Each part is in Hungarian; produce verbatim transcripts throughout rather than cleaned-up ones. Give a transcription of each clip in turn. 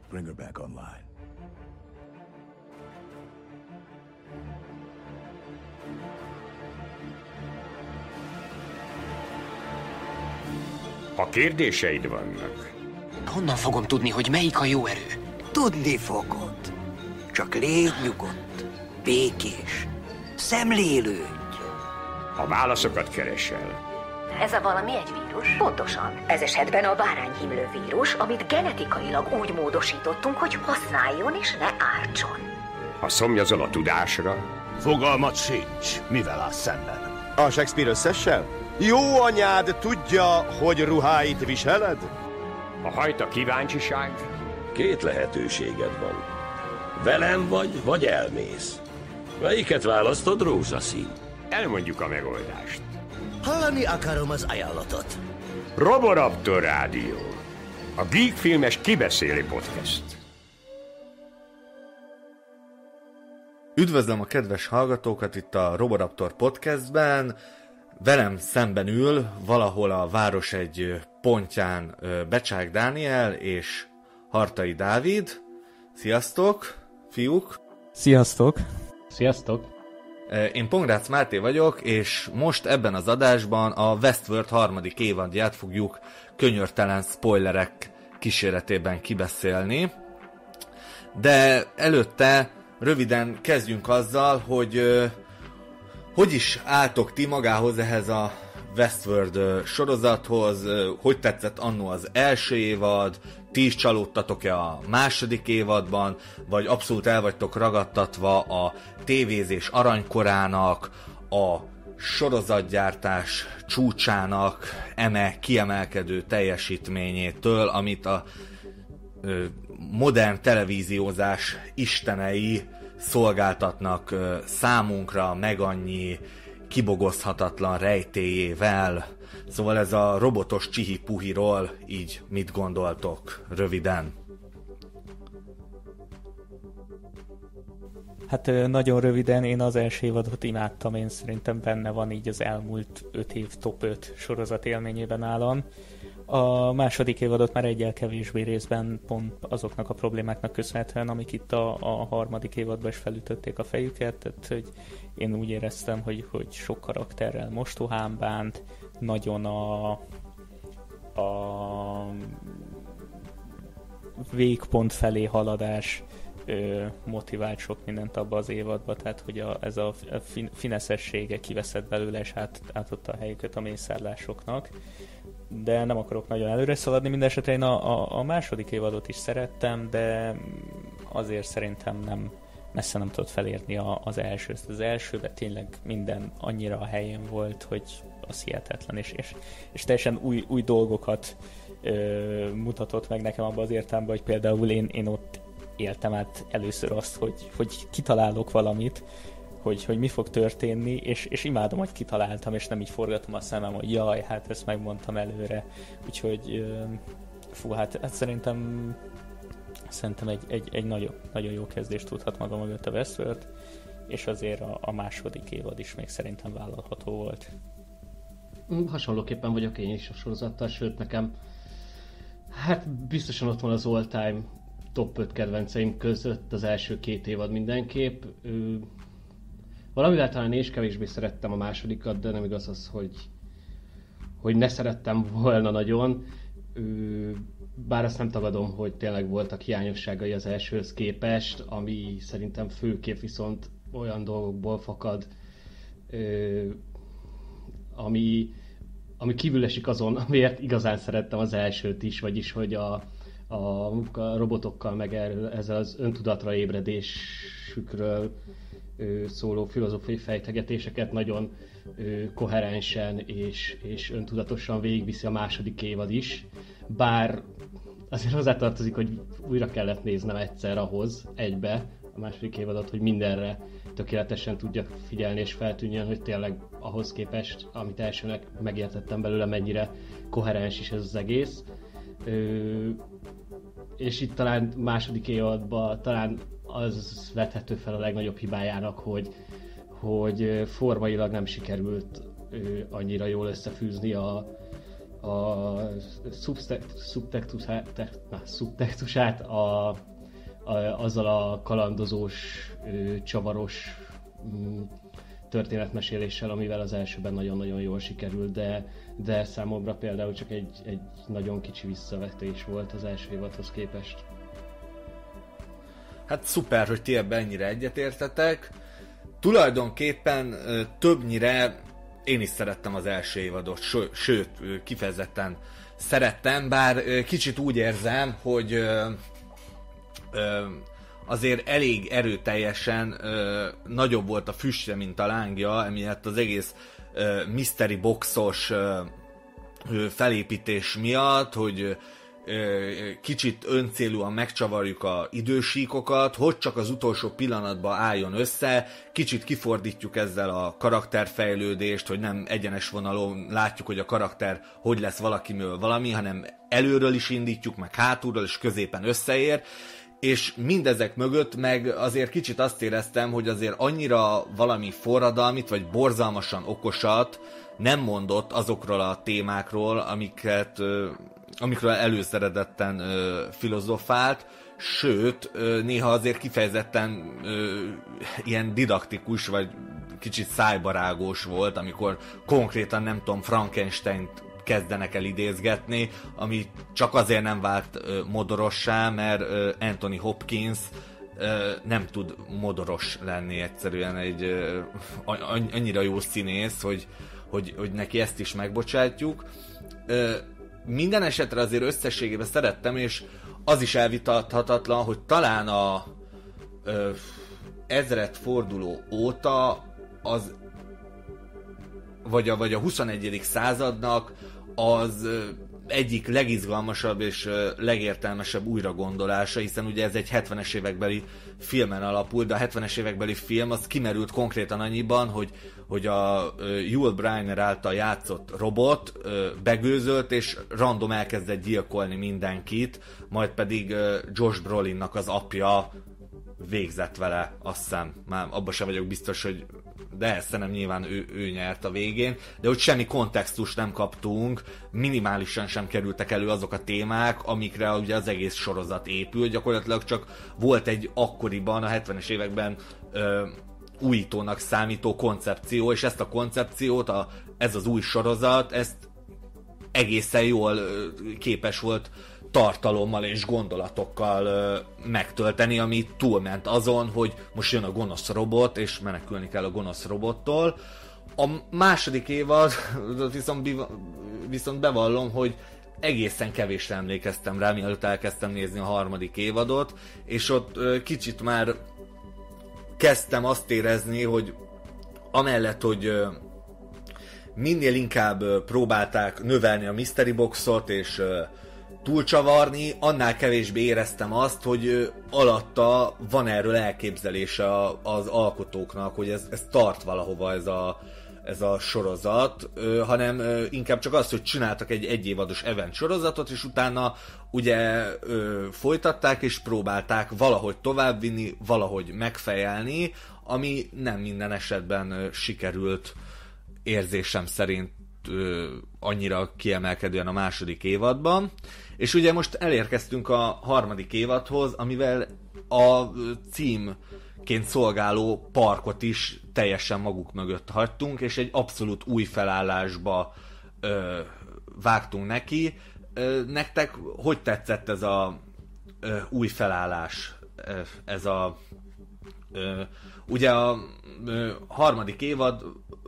Bring her back online. Ha kérdéseid vannak... Honnan fogom tudni, hogy melyik a jó erő? Tudni fogod. Csak légy nyugodt, békés, szemlélődj. A válaszokat keresel. Ez a valami egy vírus? Pontosan. Ez esetben a bárányhimlő vírus, amit genetikailag úgy módosítottunk, hogy használjon és ne ártson. Ha szomjazol a tudásra... Fogalmat sincs, mivel áll szemben. A Shakespeare összessel? Jó anyád tudja, hogy ruháit viseled? Ha hajt a kíváncsiság... Két lehetőséged van. Velem vagy, vagy elmész. Melyiket választod, rózsaszín? Elmondjuk a megoldást. Hallani akarom az ajánlatot. Roboraptor Rádió. A Geek Filmes kibeszélő podcast. Üdvözlöm a kedves hallgatókat itt a Roboraptor podcastben. Velem szemben ül valahol a város egy pontján Becsák Dániel és Hartai Dávid. Sziasztok, fiúk! Sziasztok! Sziasztok! Én Pongrácz Máté vagyok, és most ebben az adásban a Westworld harmadik évadját fogjuk könyörtelen spoilerek kíséretében kibeszélni. De előtte röviden kezdjünk azzal, hogy hogy is álltok ti magához ehhez a Westworld sorozathoz, hogy tetszett annó az első évad, ti is csalódtatok-e a második évadban, vagy abszolút el vagytok ragadtatva a tévézés aranykorának, a sorozatgyártás csúcsának, eme kiemelkedő teljesítményétől, amit a ö, modern televíziózás istenei szolgáltatnak ö, számunkra meg annyi kibogozhatatlan rejtélyével. Szóval ez a robotos csihi-puhiról így mit gondoltok röviden? Hát nagyon röviden, én az első évadot imádtam, én szerintem benne van így az elmúlt öt év top öt sorozat élményében állam. A második évadot már egyel kevésbé részben pont azoknak a problémáknak köszönhetően, amik itt a, a harmadik évadban is felütötték a fejüket, tehát hogy én úgy éreztem, hogy, hogy sok karakterrel mostohán bánt, nagyon a, a végpont felé haladás ö, motivált sok mindent abba az évadba, tehát hogy a, ez a fin, fineszessége kiveszett belőle, és át, átadta a helyüket a mészárlásoknak. De nem akarok nagyon előre szaladni, mindenesetre én a, a, a második évadot is szerettem, de azért szerintem nem messze nem tudott felérni a, az elsőt. Az elsőben tényleg minden annyira a helyén volt, hogy az hihetetlen, és, és, és teljesen új, új dolgokat ö, mutatott meg nekem abban az értelemben, hogy például én, én ott éltem át először azt, hogy, hogy kitalálok valamit, hogy, hogy mi fog történni, és, és imádom, hogy kitaláltam, és nem így forgatom a szemem, hogy jaj, hát ezt megmondtam előre. Úgyhogy fú, hát, hát szerintem szerintem egy, egy, egy nagyon, nagyon jó kezdést tudhat maga mögött a Westworld, és azért a, a második évad is még szerintem vállalható volt. Hasonlóképpen vagyok én is a sorozattal, sőt nekem hát biztosan ott van az all-time top öt kedvenceim között az első két évad mindenképp. Valamivel talán én is kevésbé szerettem a másodikat, de nem igaz az, hogy, hogy ne szerettem volna nagyon. Bár azt nem tagadom, hogy tényleg voltak hiányosságai az elsőhöz képest, ami szerintem főképp viszont olyan dolgokból fakad, ami, ami kívül esik azon, amiért igazán szerettem az elsőt is, vagyis hogy a, a, a robotokkal meg erről, ezzel az öntudatra ébredésükről szóló filozófiai fejtegetéseket nagyon koherensen és, és öntudatosan végigviszi a második évad is. Bár azért hozzátartozik, hogy újra kellett néznem egyszer ahhoz, egybe a második évadot, hogy mindenre tökéletesen tudjak figyelni és feltűnjön, hogy tényleg ahhoz képest, amit elsőnek megértettem belőle, mennyire koherens is ez az egész. Ö, és itt talán második évadban talán az vethető fel a legnagyobb hibájának, hogy, hogy formailag nem sikerült ö, annyira jól összefűzni a, a szubtextusát, na, szubtextusát a, a, azzal a kalandozós, csavaros történetmeséléssel, amivel az elsőben nagyon-nagyon jól sikerült, de, de számomra például csak egy, egy nagyon kicsi visszavetés volt az első évadhoz képest. Hát szuper, hogy ti ebben ennyire egyetértetek. Tulajdonképpen többnyire én is szerettem az első évadot, ső, sőt, kifejezetten szerettem, bár kicsit úgy érzem, hogy azért elég erőteljesen nagyobb volt a füstje, mint a lángja, emiatt az egész mystery boxos felépítés miatt, hogy kicsit öncélúan megcsavarjuk a idősíkokat, hogy csak az utolsó pillanatban álljon össze, kicsit kifordítjuk ezzel a karakterfejlődést, hogy nem egyenes vonalon látjuk, hogy a karakter hogy lesz valakimől valami, hanem előről is indítjuk, meg hátulról, és középen összeér, és mindezek mögött meg azért kicsit azt éreztem, hogy azért annyira valami forradalmit, vagy borzalmasan okosat nem mondott azokról a témákról, amiket, amikről előszeredetten filozofált, sőt, néha azért kifejezetten ilyen didaktikus, vagy kicsit szájbarágós volt, amikor konkrétan, nem tudom, Frankensteint kezdenek el idézgetni, ami csak azért nem vált modorossá, mert Anthony Hopkins nem tud modoros lenni, egyszerűen egy annyira jó színész, hogy, hogy, hogy neki ezt is megbocsátjuk. Minden esetre azért összességében szerettem, és az is elvitathatatlan, hogy talán a ezred forduló óta az vagy a, vagy a huszonegyedik századnak az egyik legizgalmasabb és legértelmesebb újragondolása, hiszen ugye ez egy hetvenes évekbeli filmen alapul, de a hetvenes évekbeli film az kimerült konkrétan annyiban, hogy, hogy a Yul Brynner által játszott robot begőzölt, és random elkezdett gyilkolni mindenkit, majd pedig Josh Brolinnak az apja végzett vele, azt hiszem, már abban sem vagyok biztos, hogy de ezt nem nyilván ő, ő nyert a végén, de hogy semmi kontextust nem kaptunk, minimálisan sem kerültek elő azok a témák, amikre ugye az egész sorozat épül, gyakorlatilag csak volt egy akkoriban, a hetvenes években ö, újítónak számító koncepció, és ezt a koncepciót, a, ez az új sorozat, ezt egészen jól ö, képes volt tartalommal és gondolatokkal ö, megtölteni, ami túlment azon, hogy most jön a gonosz robot, és menekülni kell a gonosz robottól. A második évad viszont, viszont bevallom, hogy egészen kevésre emlékeztem rá, mielőtt elkezdtem nézni a harmadik évadot, és ott ö, kicsit már kezdtem azt érezni, hogy amellett, hogy ö, minél inkább ö, próbálták növelni a mystery boxot, és ö, túlcsavarni, annál kevésbé éreztem azt, hogy alatta van erről elképzelése az alkotóknak, hogy ez, ez tart valahova ez a, ez a sorozat, hanem inkább csak azt, hogy csináltak egy egyévados event sorozatot, és utána ugye folytatták és próbálták valahogy továbbvinni, valahogy megfejelni, ami nem minden esetben sikerült érzésem szerint annyira kiemelkedően a második évadban. És ugye most elérkeztünk a harmadik évadhoz, amivel a címként szolgáló parkot is teljesen maguk mögött hagytunk, és egy abszolút új felállásba ö, vágtunk neki. Ö, nektek hogy tetszett ez a ö, új felállás? Ö, ez a ö, ugye a ö, harmadik évad,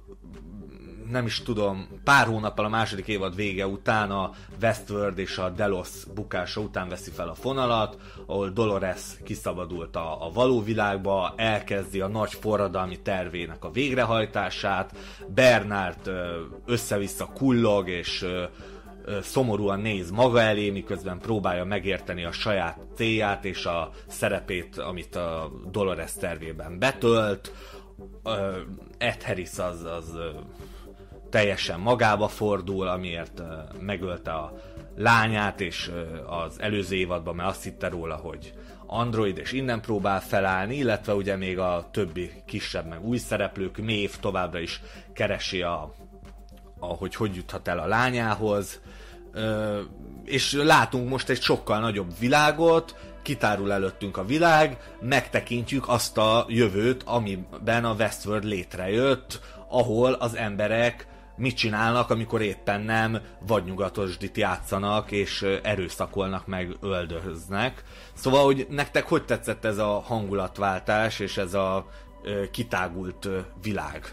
nem is tudom, pár hónappal a második évad vége után a Westworld és a Delos bukása után veszi fel a fonalat, ahol Dolores kiszabadult a, a való világba, elkezdi a nagy forradalmi tervének a végrehajtását, Bernard össze-vissza kullog és szomorúan néz maga elé, miközben próbálja megérteni a saját célját és a szerepét, amit a Dolores tervében betölt. Ed Harris az, az teljesen magába fordul, amiért megölte a lányát, és az előző évadban már azt hitte róla, hogy android, és innen próbál felállni, illetve ugye még a többi kisebb, meg új szereplők, Maeve továbbra is keresi, a, a, hogy hogy juthat el a lányához, és látunk most egy sokkal nagyobb világot, kitárul előttünk a világ, megtekintjük azt a jövőt, amiben a Westworld létrejött, ahol az emberek mit csinálnak, amikor éppen nem vadnyugatosdit játszanak, és erőszakolnak, meg öldöznek. Szóval, hogy nektek hogy tetszett ez a hangulatváltás, és ez a kitágult világ?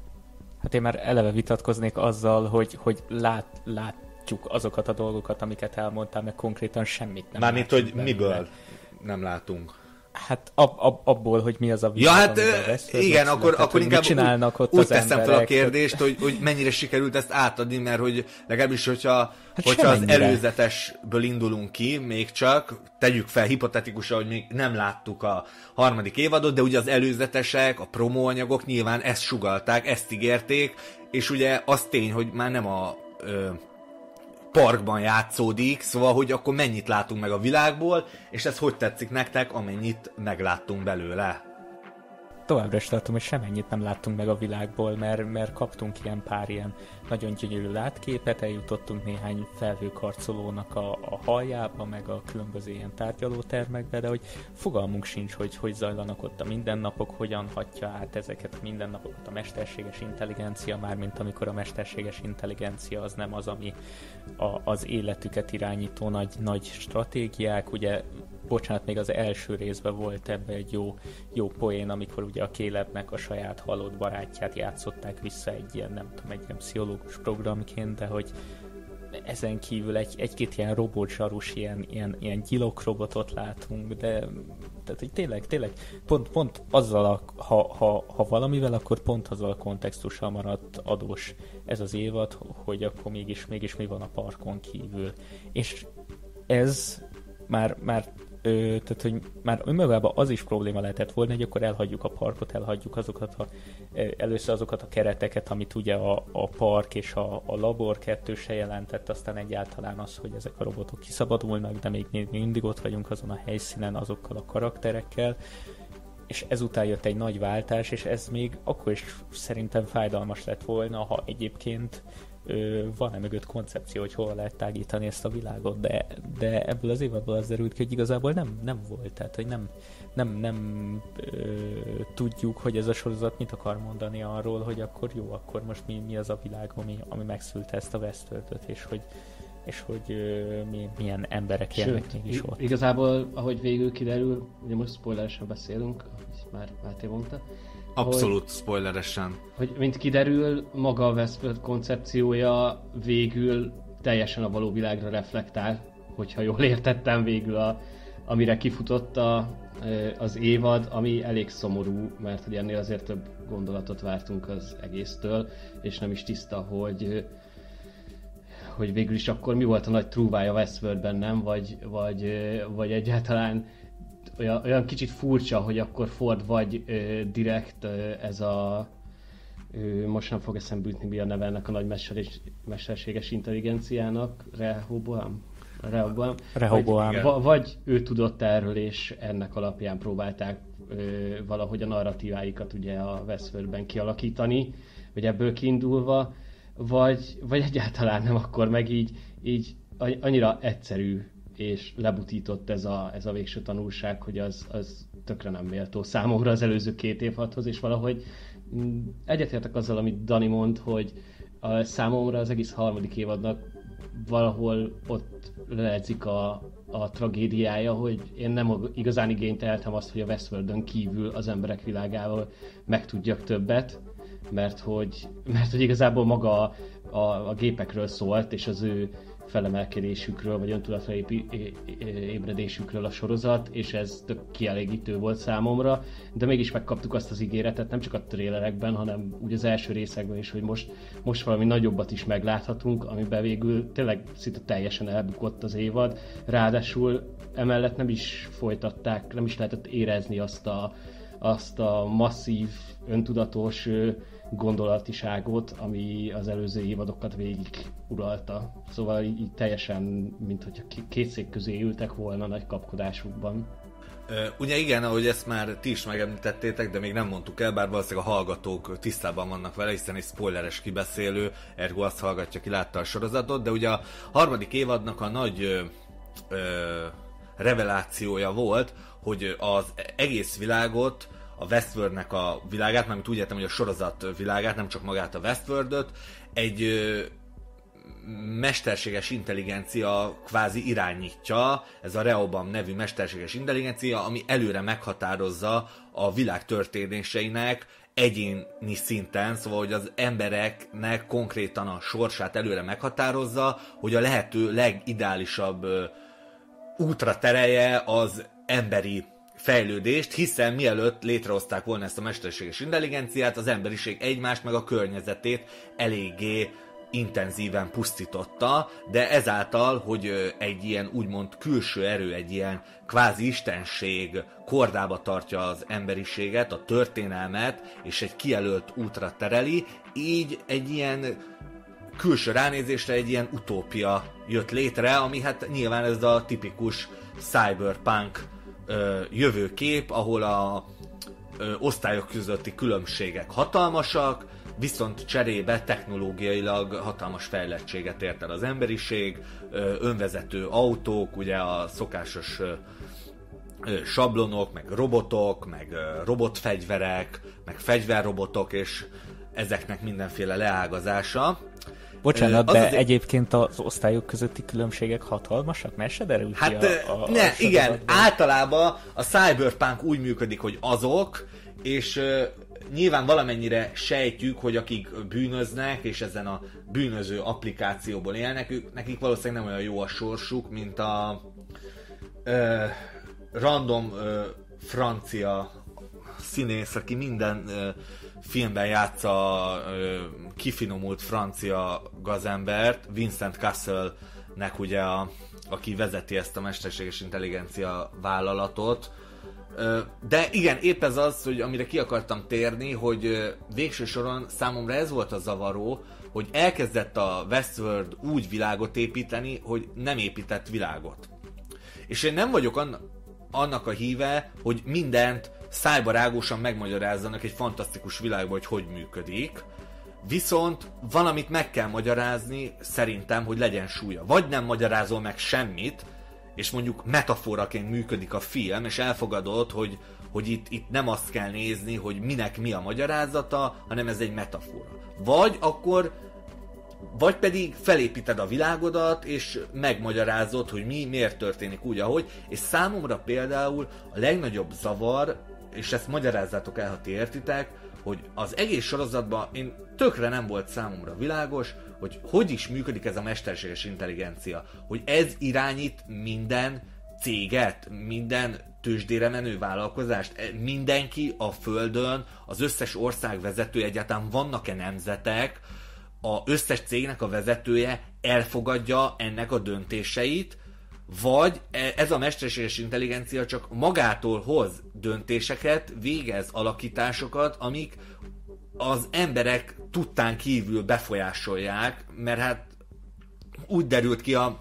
Hát én már eleve vitatkoznék azzal, hogy, hogy lát, látjuk azokat a dolgokat, amiket elmondtál, meg konkrétan semmit nem Mármint, hogy benne. Miből nem látunk? Hát ab, ab, abból, hogy mi az a világ, ja, hát igen, akkor, született, akkor inkább csinálnak ott úgy az teszem emberek, fel a kérdést, hogy, hogy mennyire sikerült ezt átadni, mert hogy legalábbis, hogyha, hát hogyha az előzetesből indulunk ki, még csak, tegyük fel hipotetikusan, hogy még nem láttuk a harmadik évadot, de ugye az előzetesek, a promóanyagok nyilván ezt sugallták, ezt ígérték, és ugye az tény, hogy már nem a ö, parkban játszódik, szóval, hogy akkor mennyit látunk meg a világból, és ez hogy tetszik nektek, amennyit megláttunk belőle? Továbbra is tartom, hogy semennyit nem láttunk meg a világból, mert, mert kaptunk ilyen pár ilyen nagyon gyönyörű látképet, eljutottunk néhány felhőkarcolónak a, a halljába, meg a különböző ilyen tárgyalótermekbe, de hogy fogalmunk sincs, hogy hogy zajlanak ott a mindennapok, hogyan hatja át ezeket a mindennapokat a mesterséges intelligencia, mármint amikor a mesterséges intelligencia az nem az, ami a, az életüket irányító nagy, nagy stratégiák, ugye bocsánat, még az első részben volt ebbe egy jó, jó poén, amikor ugye a Calebnek a saját halott barátját játszották vissza egy ilyen, nem tudom, egy ilyen pszichológus programként, de hogy ezen kívül egy, egy-két ilyen robotzsarus, ilyen, ilyen, ilyen gyilokrobotot látunk, de tehát, hogy tényleg, tényleg pont, pont azzal, a, ha, ha, ha valamivel, akkor pont azzal a kontextussal maradt adós ez az évad, hogy akkor mégis, mégis mi van a parkon kívül. És ez már, már Ö, tehát, hogy már önmagában az is probléma lehetett volna, hogy akkor elhagyjuk a parkot, elhagyjuk azokat a, először azokat a kereteket, amit ugye a, a park és a, a labor kettőse jelentett, aztán egyáltalán az, hogy ezek a robotok kiszabadulnak, de még, még mindig ott vagyunk azon a helyszínen azokkal a karakterekkel, és ezután jött egy nagy váltás, és ez még akkor is szerintem fájdalmas lett volna, ha egyébként van-e mögött koncepció, hogy hol lehet tágítani ezt a világot, de, de ebből az évadból az derült ki, hogy igazából nem, nem volt, tehát hogy nem, nem, nem ö, tudjuk, hogy ez a sorozat mit akar mondani arról, hogy akkor jó, akkor most mi, mi az a világ, ami, ami megszülte ezt a Westworldot, és hogy, és hogy ö, mi, milyen emberek élnek mégis ott. Igazából, ahogy végül kiderül, ugye most spoileresen beszélünk, ahogy már Máté mondta, abszolút hogy, spoileresen. Hogy mint kiderül, maga a Westworld koncepciója végül teljesen a való világra reflektál, hogyha jól értettem végül, a, amire kifutott a, az évad, ami elég szomorú, mert hogy ennél azért több gondolatot vártunk az egésztől, és nem is tiszta, hogy, hogy végül is akkor mi volt a nagy trúvája Westworldben, nem? Vagy, vagy, vagy egyáltalán Olyan, olyan kicsit furcsa, hogy akkor Ford vagy ö, direkt ö, ez a ö, most nem fog eszembe jutni, mi a neve ennek a nagy mesteres, mesterséges intelligenciának, Rehoboam? Rehoboam. Rehoboam. Vagy, vagy ő tudott erről, és ennek alapján próbálták ö, valahogy a narratíváikat ugye a Westworldben kialakítani, vagy ebből kiindulva, vagy, vagy egyáltalán nem, akkor meg így, így annyira egyszerű és lebutított ez a, ez a végső tanulság, hogy az, az tökre nem méltó számomra az előző két évadhoz, és valahogy egyetértek azzal, amit Dani mond, hogy a számomra az egész harmadik évadnak valahol ott leledzik a, a tragédiája, hogy én nem igazán igényt eltem azt, hogy a Westworldön kívül az emberek világával megtudjak többet, mert hogy, mert hogy igazából maga a, a, a gépekről szólt, és az ő felemelkedésükről, vagy öntudatra ébredésükről a sorozat, és ez tök kielégítő volt számomra, de mégis megkaptuk azt az ígéretet, nem csak a trélerekben, hanem úgy az első részekben is, hogy most, most valami nagyobbat is megláthatunk, amiben végül tényleg szinte teljesen elbukott az évad, ráadásul emellett nem is folytatták, nem is lehetett érezni azt a, azt a masszív, öntudatos gondolatiságot, ami az előző évadokat végig uralta. Szóval így, így teljesen, mint hogyha két szék közé ültek volna nagy kapkodásukban. Ugye igen, ahogy ezt már ti is megemlítettétek, de még nem mondtuk el, bár valószínűleg a hallgatók tisztában vannak vele, hiszen egy spoileres kibeszélő, ergo azt hallgatja, ki látta a sorozatot, de ugye a harmadik évadnak a nagy ö, ö, revelációja volt, hogy az egész világot, a Westworldnek a világát, mármint úgy értem, hogy a sorozat világát, nem csak magát a Westworldöt, egy ö, mesterséges intelligencia kvázi irányítja, ez a Rehoboam nevű mesterséges intelligencia, ami előre meghatározza a világ történéseinek egyéni szinten, szóval hogy az embereknek konkrétan a sorsát előre meghatározza, hogy a lehető legideálisabb ö, útra terelje az emberi fejlődést, hiszen mielőtt létrehozták volna ezt a mesterséges intelligenciát, az emberiség egymást meg a környezetét eléggé intenzíven pusztította, de ezáltal, hogy egy ilyen úgymond külső erő, egy ilyen kvázi istenség kordába tartja az emberiséget, a történelmet, és egy kijelölt útra tereli, így egy ilyen külső ránézésre egy ilyen utópia jött létre, ami hát nyilván ez a tipikus cyberpunk ö, jövőkép, ahol a ö, osztályok közötti különbségek hatalmasak, viszont cserébe technológiailag hatalmas fejlettséget ért el az emberiség, önvezető autók, ugye a szokásos sablonok, meg robotok, meg robotfegyverek, meg fegyverrobotok, és ezeknek mindenféle leágazása. Bocsánat, de azért... egyébként az osztályok közötti különbségek hatalmasak? Mert se derül ki hát, a, a, ne, a igen, általában a cyberpunk úgy működik, hogy azok, és nyilván valamennyire sejtjük, hogy akik bűnöznek, és ezen a bűnöző applikációból élnek, ők, nekik valószínűleg nem olyan jó a sorsuk, mint a ö, random ö, francia színész, aki minden ö, filmben játsza ö, kifinomult francia gazembert, Vincent Cassel-nek ugye, a, aki vezeti ezt a mesterséges intelligencia vállalatot. De igen, épp ez az, hogy amire ki akartam térni, hogy végső soron számomra ez volt a zavaró, hogy elkezdett a Westworld úgy világot építeni, hogy nem épített világot. És én nem vagyok anna, annak a híve, hogy mindent szájbarágosan megmagyarázzanak egy fantasztikus világban, hogy hogy működik, viszont valamit meg kell magyarázni szerintem, hogy legyen súlya. Vagy nem magyarázol meg semmit, és mondjuk metaforaként működik a film, és elfogadod, hogy, hogy itt, itt nem azt kell nézni, hogy minek mi a magyarázata, hanem ez egy metafora. Vagy akkor, vagy pedig felépíted a világodat, és megmagyarázod, hogy mi, miért történik úgy, ahogy, és számomra például a legnagyobb zavar, és ezt magyarázzátok el, ha ti értitek, hogy az egész sorozatban én tökre nem volt számomra világos, hogy hogy is működik ez a mesterséges intelligencia. Hogy ez irányít minden céget, minden tőzsdére menő vállalkozást, mindenki a földön, az összes ország vezetője, egyáltalán vannak-e nemzetek, az összes cégnek a vezetője elfogadja ennek a döntéseit, vagy ez a mesterséges intelligencia csak magától hoz döntéseket, végez alakításokat, amik az emberek tudtán kívül befolyásolják, mert hát úgy derült ki a,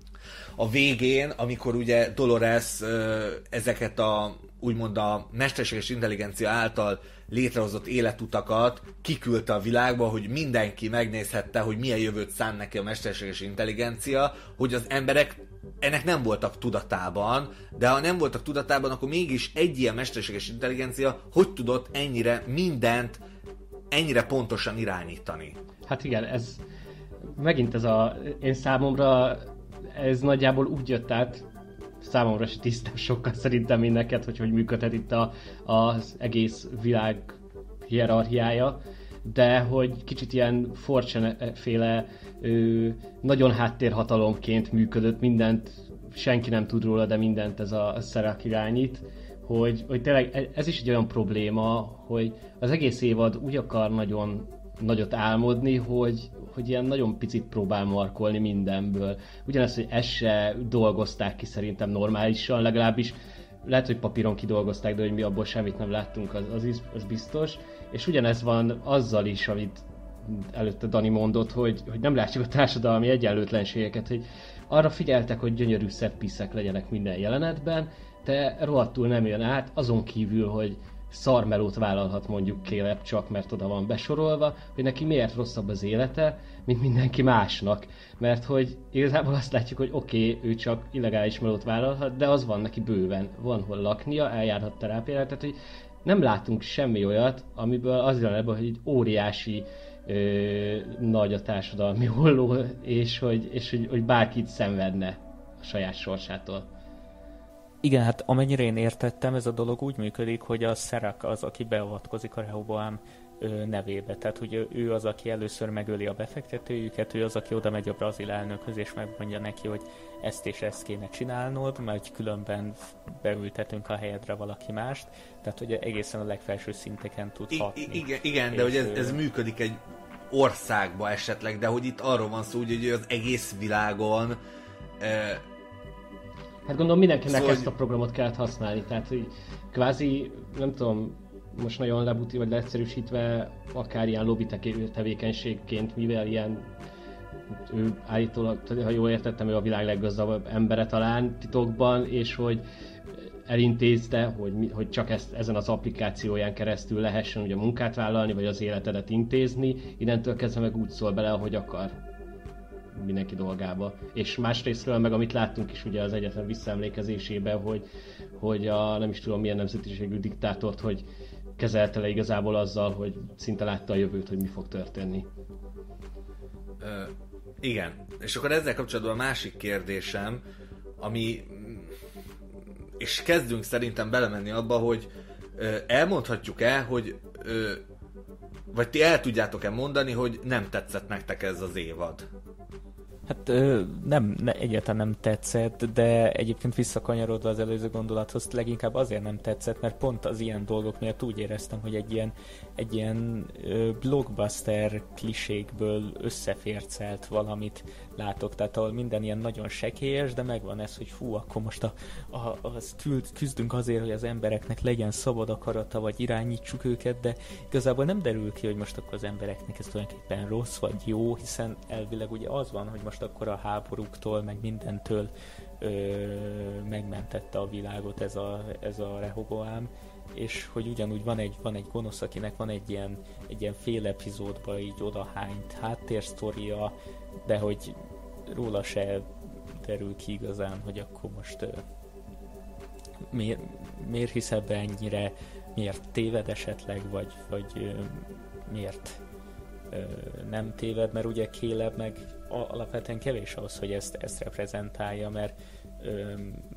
a végén, amikor ugye Dolores ezeket a úgymond a mesterséges intelligencia által létrehozott életutakat kiküldte a világba, hogy mindenki megnézhette, hogy milyen jövőt szán neki a mesterséges intelligencia, hogy az emberek ennek nem voltak tudatában, de ha nem voltak tudatában, akkor mégis egy ilyen mesterséges intelligencia hogy tudott ennyire mindent ennyire pontosan irányítani? Hát igen, ez megint ez a, én számomra ez nagyjából úgy jött át, számomra se tisztán sokkal szerintem, mint neked, hogy hogy működhet itt a, az egész világ hierarchiája, de hogy kicsit ilyen Fortune-féle ö, nagyon háttérhatalomként működött, mindent senki nem tud róla, de mindent ez a szerek irányít, hogy, hogy tényleg ez is egy olyan probléma, hogy az egész évad úgy akar nagyon nagyot álmodni, hogy, hogy ilyen nagyon picit próbál markolni mindenből. Ugyanezt, hogy ezt se dolgozták ki szerintem normálisan, legalábbis lehet, hogy papíron kidolgozták, de hogy mi abból semmit nem láttunk, az, az, az biztos. És ugyanez van azzal is, amit előtte Dani mondott, hogy, hogy nem látjuk a társadalmi egyenlőtlenségeket, hogy arra figyeltek, hogy gyönyörű set-piece-ek legyenek minden jelenetben, de rohadtul nem jön át, azon kívül, hogy szarmelót vállalhat mondjuk Caleb csak, mert oda van besorolva, hogy neki miért rosszabb az élete, mint mindenki másnak. Mert hogy igazából azt látjuk, hogy oké, okay, ő csak illegális melót vállalhat, de az van neki bőven. Van hol laknia, eljárhat terápiára, tehát hogy nem látunk semmi olyat, amiből az jön ebből, hogy egy óriási ö, nagy a társadalmi holló, és hogy, és hogy, hogy bárkit szenvedne a saját sorsától. Igen, hát amennyire én értettem, ez a dolog úgy működik, hogy a Serac az, aki beavatkozik a Rehoboam nevébe. Tehát, hogy ő az, aki először megöli a befektetőjüket, ő az, aki oda megy a brazil elnökhöz, és megmondja neki, hogy ezt és ezt kéne csinálnod, mert különben beültetünk a helyedre valaki mást. Tehát, hogy egészen a legfelső szinteken tud I- hatni. Igen, igen de hogy ez, ez működik egy országba esetleg, de hogy itt arról van szó, hogy az egész világon eh, hát gondolom mindenkinek szóval, ezt a programot kellett használni, tehát hogy kvázi, nem tudom, most nagyon lebuti vagy leegyszerűsítve, akár ilyen lobby tevékenységként, mivel ilyen, ő állítólag, ha jól értettem, ő a világ leggazdagabb embere talán titokban, és hogy elintézte, hogy, hogy csak ezt, ezen az applikációján keresztül lehessen ugye munkát vállalni, vagy az életedet intézni, innentől kezdve meg úgy szól bele, ahogy akar mindenki dolgába. És másrésztről meg amit láttunk is ugye az egyetlen visszaemlékezésében, hogy, hogy a nem is tudom milyen nemzetiségű diktátort, hogy kezelte le igazából azzal, hogy szinte látta a jövőt, hogy mi fog történni. Ö, igen. És akkor ezzel kapcsolatban a másik kérdésem, ami... És kezdünk szerintem belemenni abba, hogy ö, elmondhatjuk-e, hogy ö, vagy ti el tudjátok-e mondani, hogy nem tetszett nektek ez az évad? Hát ö, nem, ne, egyáltalán nem tetszett, de egyébként visszakanyarodva az előző gondolathoz, leginkább azért nem tetszett, mert pont az ilyen dolgok miatt úgy éreztem, hogy egy ilyen, egy ilyen ö, blockbuster klisékből összefércelt valamit látok, tehát ahol minden ilyen nagyon sekélyes, de megvan ez, hogy fú, akkor most a, a, az küzdünk azért, hogy az embereknek legyen szabad akarata, vagy irányítsuk őket, de igazából nem derül ki, hogy most akkor az embereknek ez tulajdonképpen rossz, vagy jó, hiszen elvileg ugye az van, hogy most akkor a háborúktól, meg mindentől ö, megmentette a világot ez a, ez a Rehoboam, és hogy ugyanúgy van egy, van egy gonosz, akinek van egy ilyen, egy ilyen fél epizódban így odahányt háttérsztoria, de hogy róla se derül ki igazán, hogy akkor most ö, miért, miért hisz ebbe ennyire, miért téved esetleg, vagy, vagy ö, miért ö, nem téved, mert ugye Caleb meg alapvetően kevés ahhoz, hogy ezt, ezt reprezentálja, mert ö,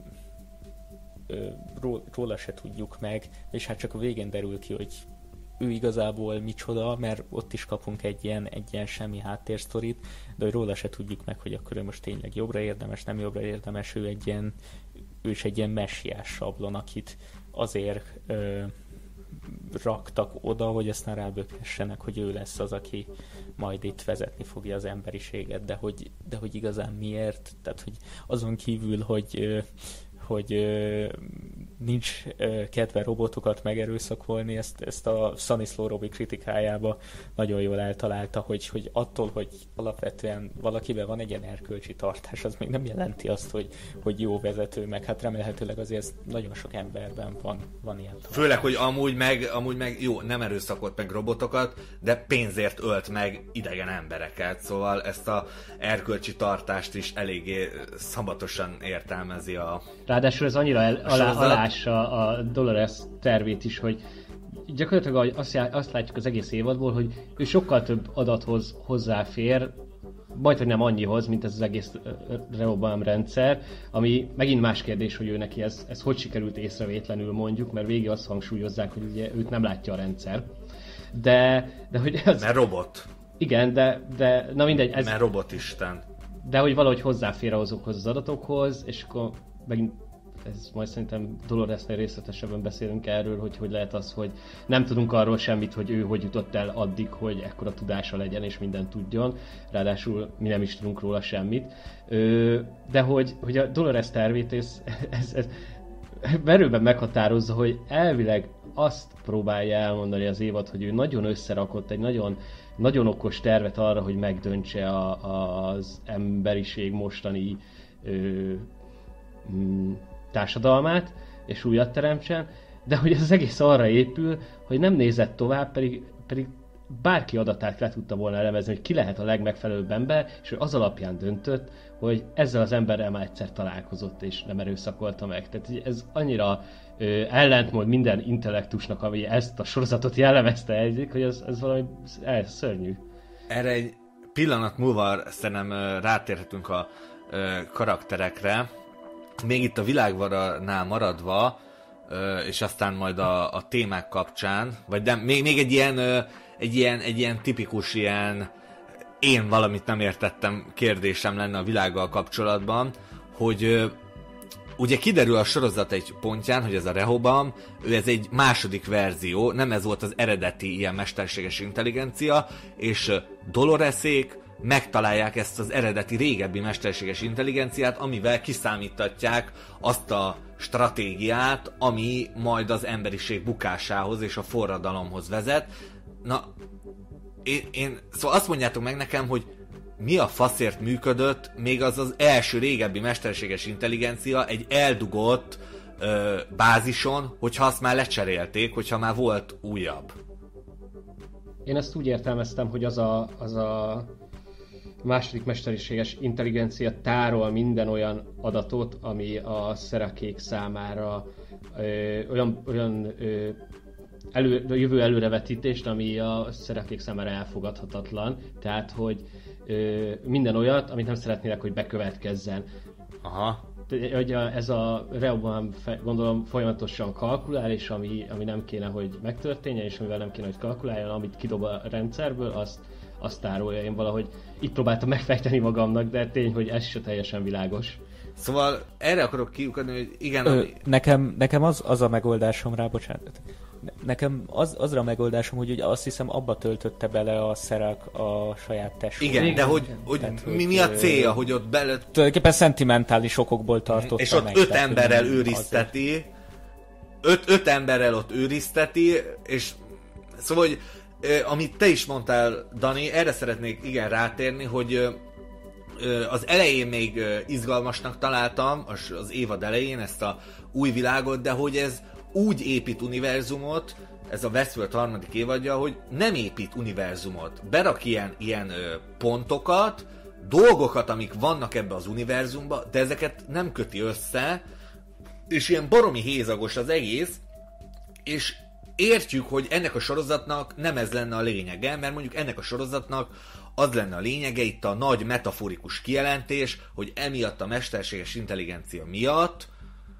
ö, róla se tudjuk meg, és hát csak a végén derül ki, hogy ő igazából micsoda, mert ott is kapunk egy ilyen, egy ilyen semmi háttérsztorit, de hogy róla se tudjuk meg, hogy akkor ő most tényleg jobbra érdemes, nem jobbra érdemes, ő egy ilyen, ő is egy ilyen messiás sablon, akit azért ö, raktak oda, hogy aztán rábökhessenek, hogy ő lesz az, aki majd itt vezetni fogja az emberiséget, de hogy, de hogy igazán miért? Tehát, hogy azon kívül, hogy hogy ö, nincs ö, kedve robotokat megerőszakolni, ezt, ezt a Stanislaw Robi kritikájába nagyon jól eltalálta, hogy, hogy attól, hogy alapvetően valakiben van egy ilyen erkölcsi tartás, az még nem jelenti azt, hogy, hogy jó vezető, meg hát remélhetőleg azért nagyon sok emberben van, van ilyen tartás. Főleg, hogy amúgy meg, amúgy meg jó, nem erőszakolt meg robotokat, de pénzért ölt meg idegen embereket, szóval ezt a erkölcsi tartást is eléggé szabatosan értelmezi a... Ráadásul ez annyira el, alá, alássa a Dolores tervét is, hogy gyakorlatilag azt, azt látjuk az egész évadból, hogy ő sokkal több adathoz hozzáfér, majd hogy nem annyihoz, mint ez az egész Rehoboam rendszer, ami megint más kérdés, hogy ő neki ez, ez hogy sikerült észrevétlenül mondjuk, mert végig azt hangsúlyozzák, hogy ugye őt nem látja a rendszer. De, de hogy ez... Mert robot. Igen, de, de na mindegy. Ez... Mert robotisten. De hogy valahogy hozzáfér azokhoz az adatokhoz, és akkor megint ez majd szerintem Doloresnél részletesebben beszélünk erről, hogy hogy lehet az, hogy nem tudunk arról semmit, hogy ő hogy jutott el addig, hogy ekkora tudása legyen és mindent tudjon, ráadásul mi nem is tudunk róla semmit. De hogy, hogy a Dolores tervét, ez, ez, ez merőben meghatározza, hogy elvileg azt próbálja elmondani az évad, hogy ő nagyon összerakott egy nagyon, nagyon okos tervet arra, hogy megdöntse a, a, az emberiség mostani ö, m, társadalmát, és újat teremtsen, de hogy ez az egész arra épül, hogy nem nézett tovább, pedig, pedig bárki adatát le tudta volna elemezni, hogy ki lehet a legmegfelelőbb ember, és ő az alapján döntött, hogy ezzel az emberrel már egyszer találkozott, és nem erőszakolta meg. Tehát ez annyira ö, ellentmond minden intellektusnak, ami ezt a sorozatot jellemezte egyik, hogy ez, ez valami ez szörnyű. Erre egy pillanat múlva szerintem rátérhetünk a ö, karakterekre. Még itt a világvaránál maradva, ö, és aztán majd a, a témák kapcsán, vagy nem, még, még egy ilyen ö, egy ilyen, egy ilyen tipikus ilyen én valamit nem értettem kérdésem lenne a világgal kapcsolatban, hogy ö, ugye kiderül a sorozat egy pontján, hogy ez a Rehoboam, ő ez egy második verzió, nem ez volt az eredeti ilyen mesterséges intelligencia, és Doloresék megtalálják ezt az eredeti régebbi mesterséges intelligenciát, amivel kiszámítatják azt a stratégiát, ami majd az emberiség bukásához és a forradalomhoz vezet. Na, én, én szóval azt mondjátok meg nekem, hogy mi a faszért működött még az az első régebbi mesterséges intelligencia egy eldugott ö, bázison, hogyha azt már lecserélték, hogyha már volt újabb. Én ezt úgy értelmeztem, hogy az a, az a második mesterséges intelligencia tárol minden olyan adatot, ami a szerakék számára ö, olyan, olyan ö, elő, jövő előrevetítést, ami a szerakék számára elfogadhatatlan. Tehát, hogy ö, minden olyat, amit nem szeretnének, hogy bekövetkezzen. Aha. Hogy a, ez a Rehoboam gondolom folyamatosan kalkulál, és ami, ami nem kéne, hogy megtörténjen, és amivel nem kéne, hogy kalkuláljon, amit kidob a rendszerből, azt, azt tárolja. Én valahogy így próbáltam megfejteni magamnak, de tény, hogy ez se teljesen világos. Szóval erre akarok kiukadni, hogy igen... Ö, ami... nekem, nekem az, az a megoldásom rá, bocsánat. Nekem az, azra a megoldásom, hogy ugye azt hiszem abba töltötte bele a Serac a saját testét. Igen, de hogy, hogy Tehát, mi, mi a célja, hogy ott bele... Tulajdonképpen szentimentális okokból tartotta és ott meg, öt tehát, emberrel őrizteti, öt, öt emberrel ott őrizteti, és szóval, hogy amit te is mondtál, Dani, erre szeretnék igen rátérni, hogy az elején még izgalmasnak találtam, az évad elején ezt a új világot, de hogy ez úgy épít univerzumot, ez a Westworld harmadik évadja, hogy nem épít univerzumot. Berak ilyen, ilyen ö, pontokat, dolgokat, amik vannak ebbe az univerzumba, de ezeket nem köti össze, és ilyen baromi hézagos az egész, és értjük, hogy ennek a sorozatnak nem ez lenne a lényege, mert mondjuk ennek a sorozatnak az lenne a lényege, itt a nagy metaforikus kijelentés, hogy emiatt a mesterséges intelligencia miatt,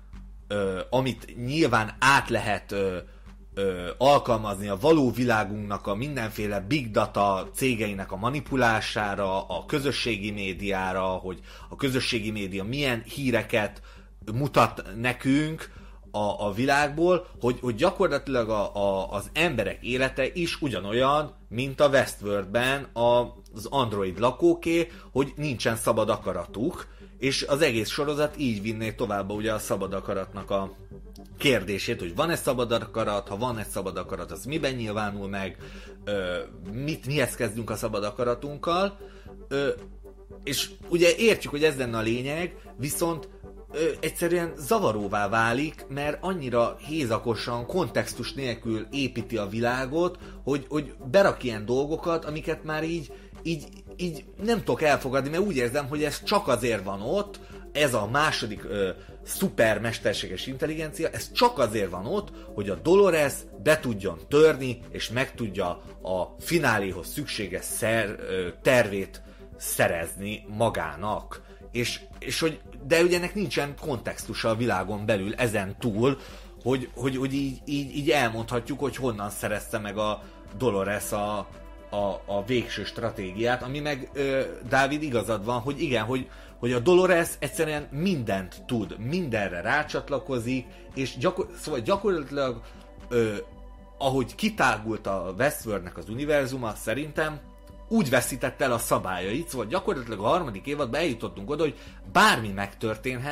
Ö, amit nyilván át lehet ö, ö, alkalmazni a való világunknak a mindenféle big data cégeinek a manipulására, a közösségi médiára, hogy a közösségi média milyen híreket mutat nekünk a, a világból, hogy, hogy gyakorlatilag a, a, az emberek élete is ugyanolyan, mint a Westworldben az android lakóké, hogy nincsen szabad akaratuk, és az egész sorozat így vinné tovább ugye a szabad akaratnak a kérdését, hogy van-e szabad akarat, ha van egy szabad akarat, az miben nyilvánul meg, ö, mit, mihez kezdünk a szabad akaratunkkal, ö, és ugye értjük, hogy ez lenne a lényeg, viszont ö, egyszerűen zavaróvá válik, mert annyira hézakosan, kontextus nélkül építi a világot, hogy, hogy berak ilyen dolgokat, amiket már így, így így nem tudok elfogadni, mert úgy érzem, hogy ez csak azért van ott, ez a második ö, szuper mesterséges intelligencia, ez csak azért van ott, hogy a Dolores be tudjon törni, és meg tudja a fináléhoz szükséges szer, ö, tervét szerezni magának. És, és hogy, de ugye ennek nincsen kontextusa a világon belül ezen túl, hogy, hogy, hogy így, így, így elmondhatjuk, hogy honnan szerezte meg a Dolores a A, a végső stratégiát, ami meg ö, Dávid igazad van, hogy igen, hogy, hogy a Dolores egyszerűen mindent tud, mindenre rácsatlakozik, és gyakor, szóval gyakorlatilag ö, ahogy kitágult a Westworldnek az univerzuma, szerintem úgy veszített el a szabályait, szóval gyakorlatilag a harmadik évadban eljutottunk oda, hogy bármi megtörténhet,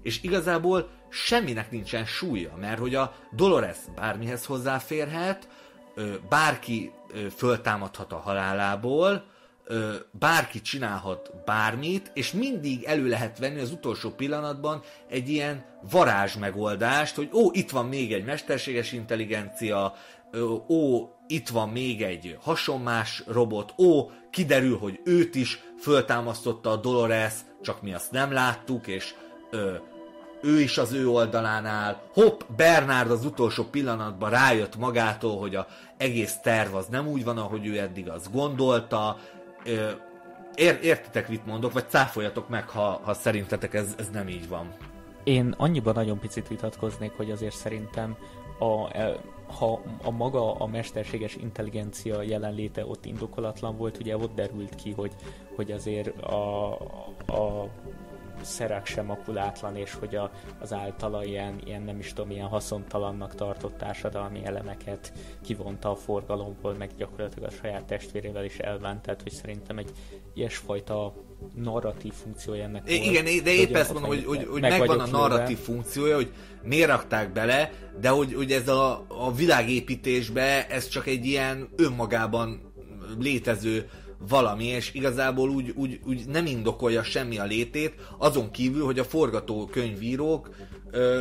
és igazából semminek nincsen súlya, mert hogy a Dolores bármihez hozzáférhet, bárki föltámadhat a halálából, bárki csinálhat bármit, és mindig elő lehet venni az utolsó pillanatban egy ilyen varázs megoldást, hogy ó, itt van még egy mesterséges intelligencia, ó, itt van még egy hasonmás robot, ó, kiderül, hogy őt is föltámasztotta a Dolores, csak mi azt nem láttuk, és ö, ő is az ő oldalán áll. Hopp, Bernard az utolsó pillanatban rájött magától, hogy az egész terv az nem úgy van, ahogy ő eddig azt gondolta. Ö, ér, értitek, mit mondok, vagy cáfoljatok meg, ha, ha szerintetek ez, ez nem így van. Én annyiban nagyon picit vitatkoznék, hogy azért szerintem a, ha a maga a mesterséges intelligencia jelenléte ott indokolatlan volt, ugye ott derült ki, hogy, hogy azért a, a Serac sem makulátlan, és hogy a, az általa ilyen, ilyen nem is tudom, ilyen haszontalannak tartott társadalmi elemeket kivonta a forgalomból, meg gyakorlatilag a saját testvérével is elvánt, tehát hogy szerintem egy ilyesfajta narratív funkciója ennek volt. Igen, de épp ezt mondom, hogy, hogy, hogy megvan a narratív funkciója, hogy miért rakták bele, de hogy, hogy ez a, a világépítésbe ez csak egy ilyen önmagában létező valami, és igazából úgy, úgy, úgy nem indokolja semmi a létét, azon kívül, hogy a forgatókönyvírók ö,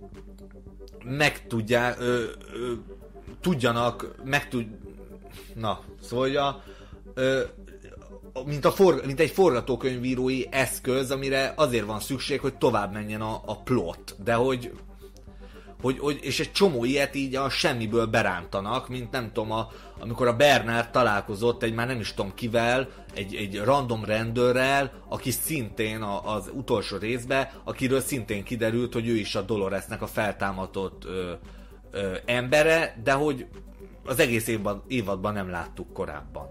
meg tudják, ö, ö, tudjanak, meg tud, na, szóval a, ö, mint, a for, mint egy forgatókönyvírói eszköz, amire azért van szükség, hogy tovább menjen a, a plot, de hogy Hogy, hogy, és egy csomó ilyet így a semmiből berántanak, mint nem tudom, a, amikor a Bernard találkozott egy már nem is tudom kivel, egy, egy random rendőrrel, aki szintén a, az utolsó részben, akiről szintén kiderült, hogy ő is a Doloresnek a feltámadott ö, ö, embere, de hogy az egész évadban, évadban nem láttuk korábban.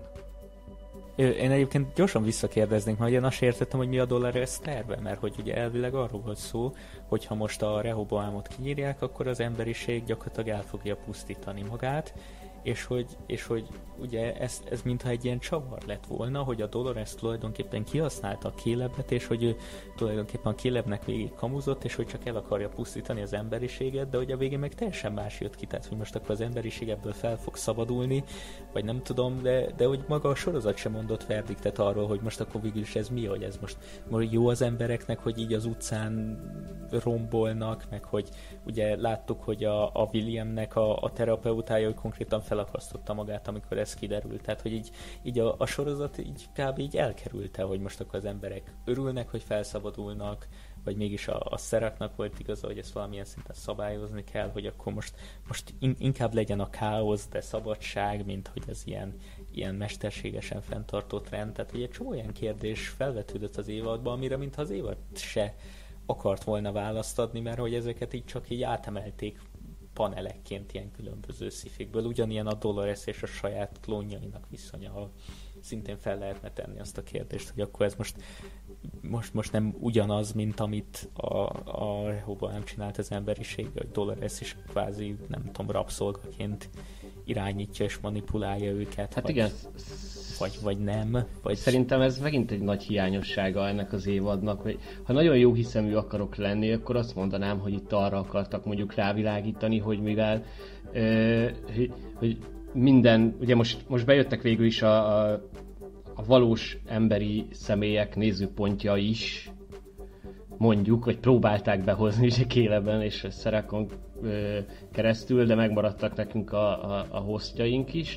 Én egyébként gyorsan visszakérdeznénk, mert én azt értettem, hogy mi a Dolores terve, mert hogy ugye elvileg arról volt szó, hogy ha most a Rehoboamot kinyírják, akkor az emberiség gyakorlatilag el fogja pusztítani magát, és hogy, és hogy ugye ez, ez mintha egy ilyen csavar lett volna, hogy a Dolores tulajdonképpen kihasználta a Calebet, és hogy ő tulajdonképpen a Calebnek végig kamuzott, és hogy csak el akarja pusztítani az emberiséget, de hogy a végén meg teljesen más jött ki, tehát hogy most akkor az emberiség ebből fel fog szabadulni, vagy nem tudom, de, de hogy maga a sorozat sem mondott verdiktet arról, hogy most akkor végül is ez mi, hogy ez most, most jó az embereknek, hogy így az utcán rombolnak, meg hogy ugye láttuk, hogy a, a Williamnek a, a terapeutája, hogy konkrétan felakasztotta magát, amikor ez kiderült. Tehát, hogy így, így a, a sorozat így kb. Így elkerülte, hogy most akkor az emberek örülnek, hogy felszabadulnak, vagy mégis a, a Seracnak volt igaza, hogy ezt valamilyen szinten szabályozni kell, hogy akkor most, most in, inkább legyen a káosz, de szabadság, mint hogy ez ilyen, ilyen mesterségesen fenntartott rend. Tehát, hogy egy csomó olyan kérdés felvetődött az évadban, amire mintha az évad se akart volna választ adni, mert hogy ezeket így csak így átemelték panelekként ilyen különböző szifikből, ugyanilyen a Dolores és a saját klónjainak viszonya, ahol szintén fel lehetne tenni azt a kérdést, hogy akkor ez most, most, most nem ugyanaz, mint amit a, a Rehoboam csinált az emberiség, hogy Dolores is kvázi, nem tudom, rabszolgaként irányítja és manipulálja őket. Hát vagy, igen. Vagy, vagy nem. Vagy... Szerintem ez megint egy nagy hiányossága ennek az évadnak, hogy ha nagyon jó hiszemű akarok lenni, akkor azt mondanám, hogy itt arra akartak mondjuk rávilágítani, hogy mivel ö, hogy minden, ugye most, most bejöttek végül is a, a, a valós emberi személyek nézőpontja is, mondjuk, hogy próbálták behozni ugye Caleben és Seracon keresztül, de megmaradtak nekünk a, a, a hostjaink is,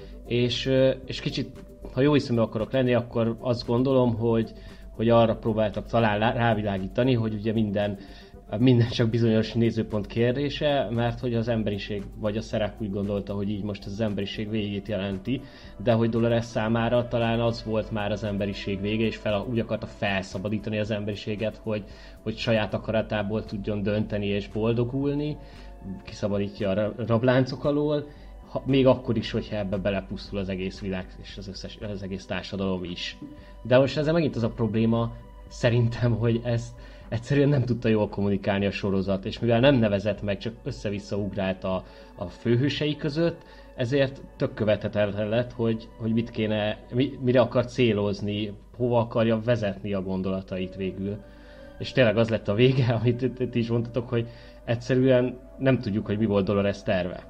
és, és kicsit, ha jó hiszemű akarok lenni, akkor azt gondolom, hogy, hogy arra próbáltak talán rávilágítani, hogy ugye minden, minden csak bizonyos nézőpont kérdése, mert hogy az emberiség, vagy a Serac úgy gondolta, hogy így most az emberiség végét jelenti, de hogy Dolores számára talán az volt már az emberiség vége, és fel, úgy akarta felszabadítani az emberiséget, hogy, hogy saját akaratából tudjon dönteni és boldogulni, kiszabadítja a rabláncok alól, ha, még akkor is, hogyha ebbe belepusztul az egész világ és az, összes, az egész társadalom is. De most ezzel megint az a probléma, szerintem, hogy ezt egyszerűen nem tudta jól kommunikálni a sorozat, és mivel nem nevezett meg, csak össze-vissza ugrált a, a főhősei között, ezért tök követhetetlen lett, hogy, hogy mit kéne, mi, mire akar célozni, hova akarja vezetni a gondolatait végül. és tényleg az lett a vége, amit ti is mondtatok, hogy egyszerűen nem tudjuk, hogy mi volt Dolores terve.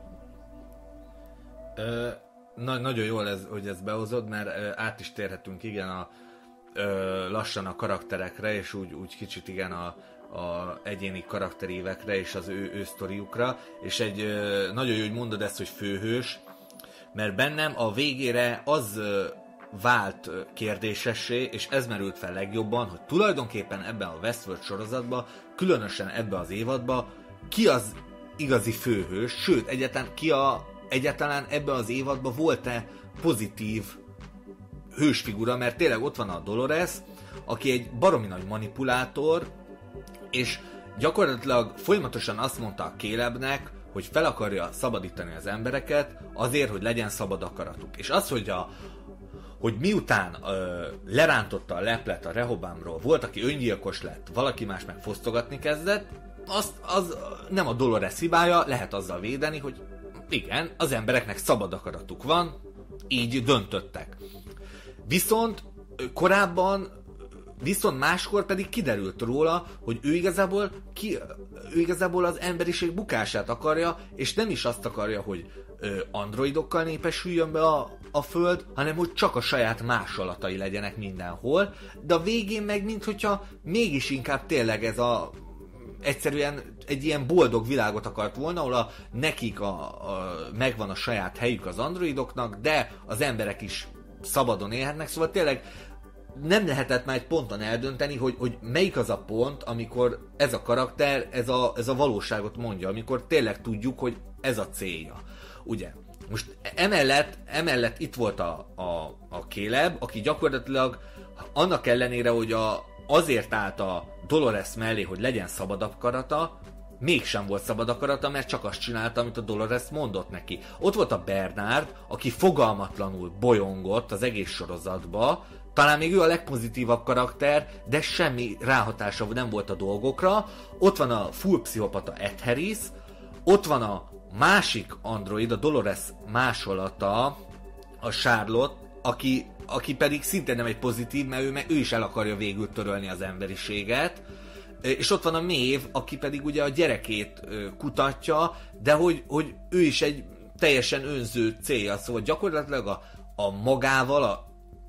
Ö, na, nagyon jól, ez, hogy ezt behozod, mert ö, át is térhetünk igen a, ö, lassan a karakterekre, és úgy, úgy kicsit igen a, a egyéni karakterévekre és az ő, ő sztoriukra, és egy ö, nagyon jó, hogy mondod ezt, hogy főhős, mert bennem a végére az ö, vált kérdésessé, és ez merült fel legjobban, hogy tulajdonképpen ebben a Westworld sorozatban, különösen ebben az évadban, ki az igazi főhős, sőt, egyáltalán ki a, egyáltalán ebben az évadban volt-e pozitív hősfigura, mert tényleg ott van a Dolores, aki egy baromi nagy manipulátor, és gyakorlatilag folyamatosan azt mondta a Calebnek, hogy fel akarja szabadítani az embereket azért, hogy legyen szabad akaratuk. És az, hogy a hogy miután ö, lerántotta a leplet a Rehoboamról, volt, aki öngyilkos lett, valaki más meg fosztogatni kezdett, az, az nem a Dolores hibája, lehet azzal védeni, hogy igen, az embereknek szabad akaratuk van, így döntöttek. Viszont korábban, viszont máskor pedig kiderült róla, hogy ő igazából, ki, ő igazából az emberiség bukását akarja, és nem is azt akarja, hogy ö, androidokkal népesüljön be a, a Föld, hanem hogy csak a saját másolatai legyenek mindenhol, de a végén meg minthogyha mégis inkább tényleg ez a egyszerűen egy ilyen boldog világot akart volna, ahol a, nekik a, a, megvan a saját helyük az androidoknak, de az emberek is szabadon élhetnek, szóval tényleg nem lehetett már egy ponton eldönteni, hogy, hogy melyik az a pont, amikor ez a karakter, ez a, ez a valóságot mondja, amikor tényleg tudjuk, hogy ez a célja. Ugye? Most emellett, emellett itt volt a, a, a Caleb, aki gyakorlatilag annak ellenére, hogy a, azért állt a Dolores mellé, hogy legyen szabad akarata, mégsem volt szabad akarata, mert csak azt csinálta, amit a Dolores mondott neki. Ott volt a Bernard, aki fogalmatlanul bolyongott az egész sorozatba, talán még ő a legpozitívabb karakter, de semmi ráhatása nem volt a dolgokra. Ott van a full pszichopata Ed Harris, ott van a másik android, a Dolores másolata, a Charlotte, aki, aki pedig szintén nem egy pozitív, mert ő, mert ő is el akarja végül törölni az emberiséget. És ott van a Maeve, aki pedig ugye a gyerekét kutatja, de hogy, hogy ő is egy teljesen önző célja, szóval gyakorlatilag a, a magával, a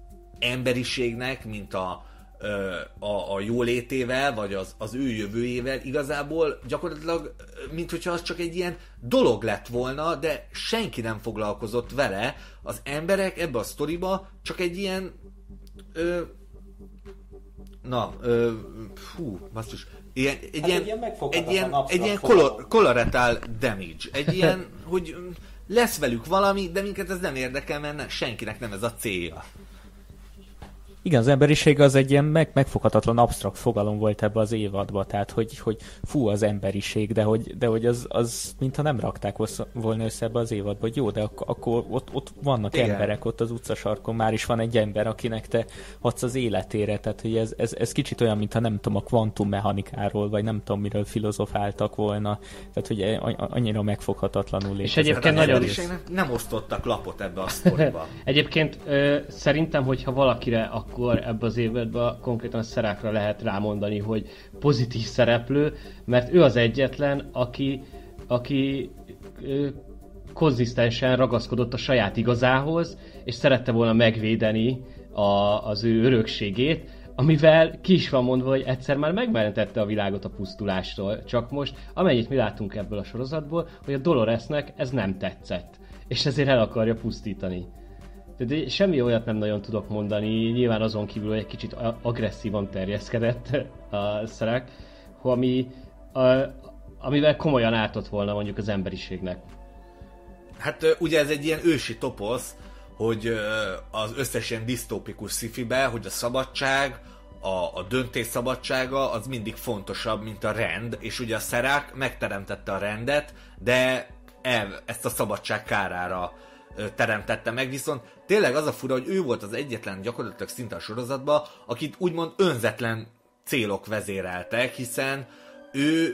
emberiségnek, mint a, a, a jólétével, vagy az, az ő jövőjével igazából gyakorlatilag, mint hogyha az csak egy ilyen dolog lett volna, de senki nem foglalkozott vele. Az emberek ebbe a sztoriba csak egy ilyen ö, na, ö, hú, basszus, ilyen, egy, hát ilyen, egy ilyen, egy ilyen, egy ilyen color, colorectal damage, egy ilyen, hogy lesz velük valami, de minket ez nem érdekel, mert ne, senkinek nem ez a célja. Igen, az emberiség az egy ilyen meg, megfoghatatlan absztrakt fogalom volt ebbe az évadba, tehát hogy, hogy fú az emberiség, de hogy, de hogy az, az mintha nem rakták volna össze ebbe az évadba, hogy jó, de ak- akkor ott, ott vannak igen. emberek, ott az utcasarkon már is van egy ember, akinek te adsz az életére, tehát hogy ez, ez, ez kicsit olyan, mintha nem tudom, a kvantummechanikáról, vagy nem tudom, miről filozofáltak volna, tehát hogy annyira megfoghatatlanul létezik. És egyébként nagyon is. Nem osztottak lapot ebbe a sztoriba. Egyébként ö, szerintem, hogyha valakire a akkor ebbe az évadban konkrétan a Seraphra lehet rámondani, hogy pozitív szereplő, mert ő az egyetlen, aki, aki ö, konzisztensen ragaszkodott a saját igazához, és szerette volna megvédeni a, az ő örökségét, amivel ki is van mondva, hogy egyszer már megmentette a világot a pusztulástól. Csak most, amennyit mi látunk ebből a sorozatból, hogy a Doloresnek ez nem tetszett, és ezért el akarja pusztítani. De semmi olyat nem nagyon tudok mondani, nyilván azon kívül, hogy egy kicsit agresszívan terjeszkedett a Serach, ami, a, amivel komolyan ártott volna mondjuk az emberiségnek. Hát ugye ez egy ilyen ősi toposz, hogy az összes ilyen disztópikus sci-fibe, hogy a szabadság, a, a döntés szabadsága az mindig fontosabb, mint a rend, és ugye a Serach megteremtette a rendet, de el, ezt a szabadság kárára teremtette meg, viszont tényleg az a fura, hogy ő volt az egyetlen gyakorlatilag szinte a sorozatban, akit úgymond önzetlen célok vezéreltek, hiszen ő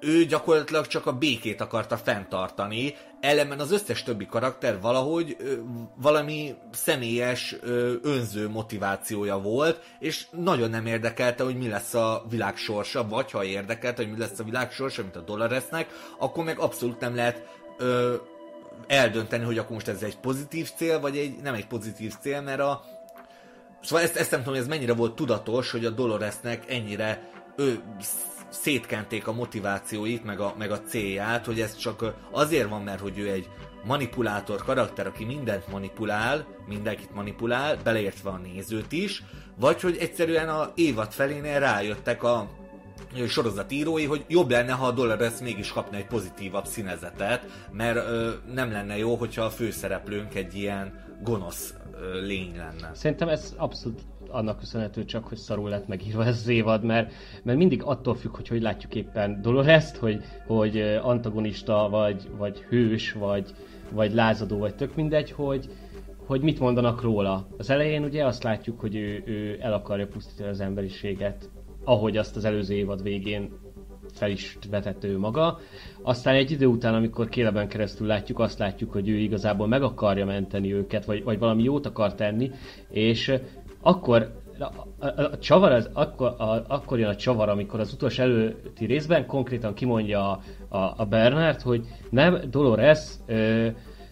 ő gyakorlatilag csak a békét akarta fenntartani, ellenben az összes többi karakter valahogy ö, valami személyes ö, önző motivációja volt, és nagyon nem érdekelte, hogy mi lesz a világ sorsa, vagy ha érdekelte, hogy mi lesz a világ sorsa, mint a Doloresnek, akkor meg abszolút nem lehet ö, eldönteni, hogy akkor most ez egy pozitív cél, vagy egy nem egy pozitív cél, mert a... Szóval ezt, ezt nem tudom, hogy ez mennyire volt tudatos, hogy a Doloresnek ennyire ő szétkenték a motivációit, meg a, meg a célját, hogy ez csak azért van, mert hogy ő egy manipulátor karakter, aki mindent manipulál, mindenkit manipulál, beleértve a nézőt is, vagy hogy egyszerűen a évad felénél rájöttek a sorozatírói, hogy jobb lenne, ha a Dolores mégis kapna egy pozitívabb színezetet, mert ö, nem lenne jó, hogyha a főszereplőnk egy ilyen gonosz ö, lény lenne. Szerintem ez abszolút annak köszönhető csak, hogy szarul lett megírva ez az évad, mert, mert mindig attól függ, hogy hogy látjuk éppen Dolorest, hogy, hogy antagonista, vagy, vagy hős, vagy, vagy lázadó, vagy tök mindegy, hogy, hogy mit mondanak róla. Az elején ugye azt látjuk, hogy ő, ő el akarja pusztítani az emberiséget, ahogy azt az előző évad végén fel is vetett ő maga. Aztán egy idő után, amikor Caleben keresztül látjuk, azt látjuk, hogy ő igazából meg akarja menteni őket, vagy, vagy valami jót akar tenni, és akkor a, a, a csavar, az, akkor, a, akkor jön a csavar, amikor az utolsó előtti részben konkrétan kimondja a, a, a Bernard, hogy nem, Dolores ö,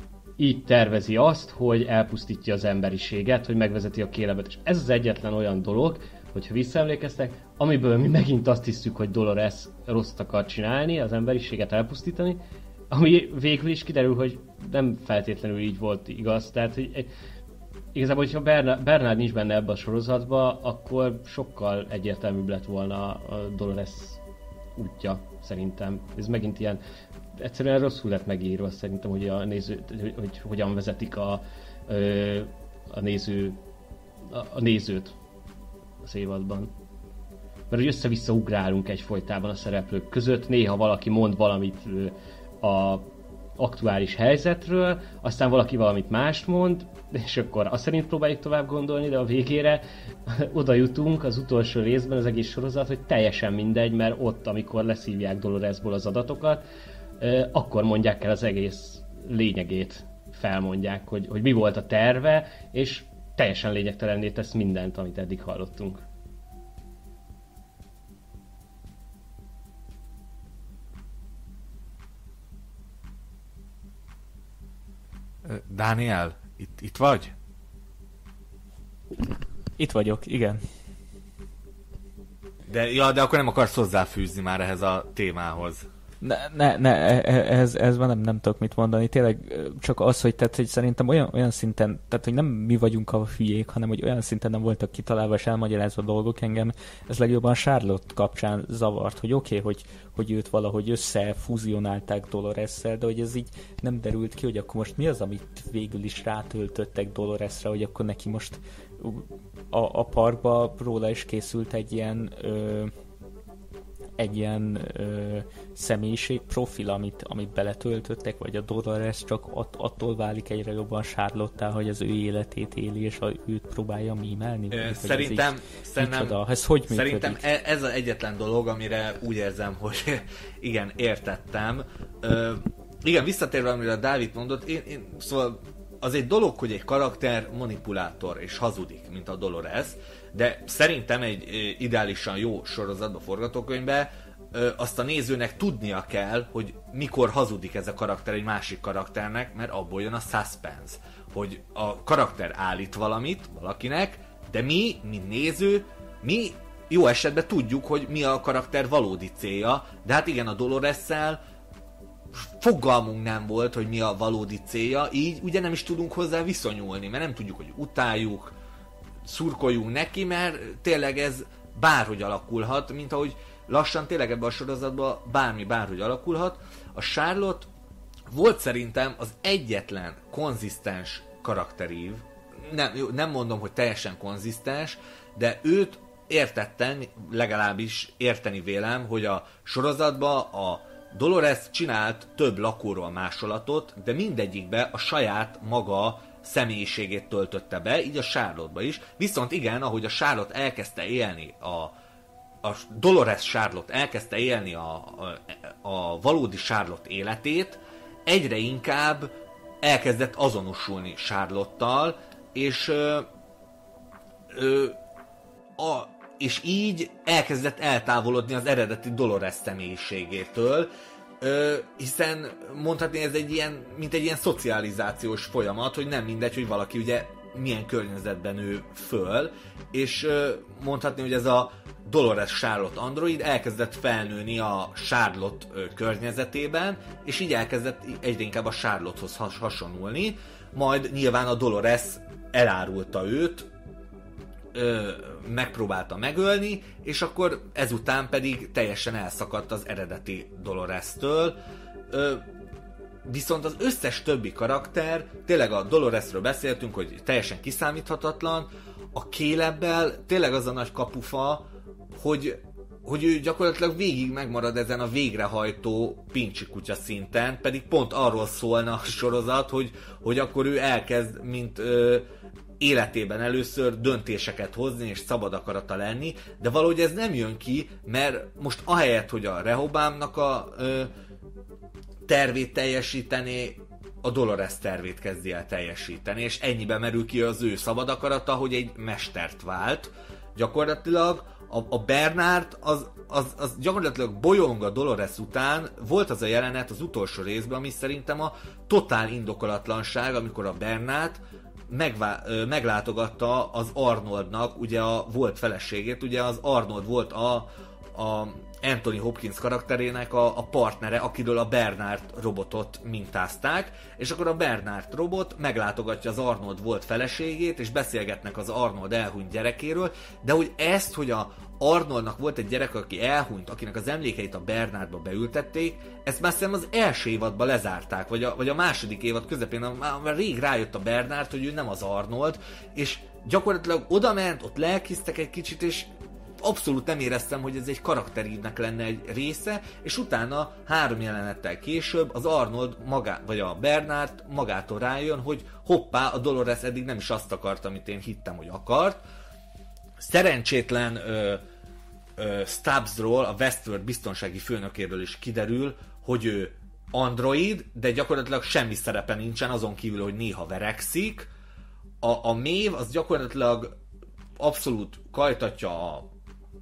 így tervezi azt, hogy elpusztítja az emberiséget, hogy megvezeti a Calebet. És ez az egyetlen olyan dolog, hogyha visszaemlékeztek, amiből mi megint azt hiszük, hogy Dolores rosszat akar csinálni, az emberiséget elpusztítani, ami végül is kiderül, hogy nem feltétlenül így volt igaz. Tehát, hogy igazából, hogyha Bernard, Bernard nincs benne ebbe a sorozatba, akkor sokkal egyértelműbb lett volna a Dolores útja, szerintem. Ez megint ilyen, egyszerűen rosszul lett megírva szerintem, hogy a néző, hogy, hogy hogyan vezetik a, a néző, a, a nézőt az évadban. Mert hogy össze-vissza ugrálunk egyfolytában a szereplők között, néha valaki mond valamit a aktuális helyzetről, aztán valaki valamit mást mond, és akkor azt szerint próbáljuk tovább gondolni, de a végére oda jutunk az utolsó részben az egész sorozat, hogy teljesen mindegy, mert ott, amikor leszívják Doloresból az adatokat, akkor mondják el az egész lényegét, felmondják, hogy, hogy mi volt a terve, és teljesen lényegtelenné tesz mindent, amit eddig hallottunk. Dániel, itt, itt vagy? Itt vagyok, igen. De, ja, de akkor nem akarsz hozzáfűzni már ehhez a témához. Ne, ne, ne ez, ez már nem, nem tudok mit mondani. Tényleg csak az, hogy, tehát, hogy szerintem olyan, olyan szinten, tehát hogy nem mi vagyunk a hülyék, hanem hogy olyan szinten nem voltak kitalálva és elmagyarázva dolgok, engem ez legjobban Charlotte kapcsán zavart, hogy oké, okay, hogy, hogy őt valahogy összefúzionálták Doloresszel, de hogy ez így nem derült ki, hogy akkor most mi az, amit végül is rátöltöttek Doloresre, hogy akkor neki most a, a parkba róla is készült egy ilyen ö, egy ilyen ö, személyiségprofil, amit, amit beletöltöttek, vagy a Dolores csak att, attól válik egyre jobban Charlotte-tá, hogy az ő életét éli, és a, őt próbálja mímelni? Ö, szerintem ez szerintem, ez hogy szerintem ez az egyetlen dolog, amire úgy érzem, hogy igen, értettem. Ö, igen, visszatérve, amire a Dávid mondott, én, én, szóval az egy dolog, hogy egy karakter manipulátor és hazudik, mint a Dolores, de szerintem egy ideálisan jó sorozatba, forgatókönyvbe azt a nézőnek tudnia kell, hogy mikor hazudik ez a karakter egy másik karakternek, mert abból jön a suspense, hogy a karakter állít valamit valakinek, de mi, mint néző, mi jó esetben tudjuk, hogy mi a karakter valódi célja, de hát igen, a Doloresszel fogalmunk nem volt, hogy mi a valódi célja, így ugye nem is tudunk hozzá viszonyulni, mert nem tudjuk, hogy utáljuk, szurkoljunk neki, mert tényleg ez bárhogy alakulhat, mint ahogy lassan tényleg ebben a sorozatban bármi bárhogy alakulhat. A Charlotte volt szerintem az egyetlen konzisztens karakterív, nem, nem mondom, hogy teljesen konzisztens, de őt értettem, legalábbis érteni vélem, hogy a sorozatban a Dolores csinált több lakóról másolatot, de mindegyikbe a saját maga személyiségét töltötte be, így a Charlotte-ba is. Viszont igen, ahogy a Charlotte elkezdte élni a a Dolores Charlotte elkezdte élni a, a, a valódi Charlotte életét, egyre inkább elkezdett azonosulni Charlotte-tal, és ö, ö, a, és így elkezdett eltávolodni az eredeti Dolores személyiségétől, ö, hiszen mondhatni ez egy ilyen, mint egy ilyen szocializációs folyamat, hogy nem mindegy, hogy valaki ugye milyen környezetben nő föl, és ö, mondhatni, hogy ez a Dolores Charlotte android elkezdett felnőni a Charlotte ö, környezetében, és így elkezdett egyre inkább a Charlottehoz has- hasonlulni, majd nyilván a Dolores elárulta őt, ö, megpróbálta megölni, és akkor ezután pedig teljesen elszakadt az eredeti Dolores-től. Ö, viszont az összes többi karakter, tényleg a Doloresről beszéltünk, hogy teljesen kiszámíthatatlan, a Calebbel tényleg az a nagy kapufa, hogy, hogy ő gyakorlatilag végig megmarad ezen a végrehajtó pincsi kutya szinten, pedig pont arról szólna a sorozat, hogy, hogy akkor ő elkezd, mint ö, életében először döntéseket hozni és szabad akarata lenni, de valahogy ez nem jön ki, mert most ahelyett, hogy a Rehoboamnak a ö, tervét teljesíteni, a Dolores tervét kezdi el teljesíteni, és ennyiben merül ki az ő szabad akarata, hogy egy mestert vált. Gyakorlatilag a, a Bernard az, az, az gyakorlatilag bolyong a Dolores után. Volt az a jelenet az utolsó részben, ami szerintem a totál indokolatlanság, amikor a Bernard megvá- meglátogatta az Arnoldnak ugye a volt feleségét, ugye az Arnold volt a, a Anthony Hopkins karakterének a, a partnere, akiről a Bernard robotot mintázták, és akkor a Bernard robot meglátogatja az Arnold volt feleségét, és beszélgetnek az Arnold elhunyt gyerekéről, de hogy ezt, hogy a Arnoldnak volt egy gyerek, aki elhunyt, akinek az emlékeit a Bernardba beültették, ezt már szerintem az első évadban lezárták, vagy a, vagy a második évad közepén, már rég rájött a Bernard, hogy ő nem az Arnold, és gyakorlatilag odament, ott lelkiztek egy kicsit, és abszolút nem éreztem, hogy ez egy karakterívnek lenne egy része, és utána három jelenettel később az Arnold magá, vagy a Bernard magától rájön, hogy hoppá, a Dolores eddig nem is azt akart, amit én hittem, hogy akart. Szerencsétlen ö, ö, Stubbsról, a Westworld biztonsági főnökéről is kiderül, hogy ő android, de gyakorlatilag semmi szerepe nincsen, azon kívül, hogy néha verekszik. A, a Maeve az gyakorlatilag abszolút kajtatja a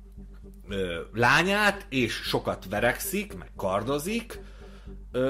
ö, lányát, és sokat verekszik, meg kardozik, ö,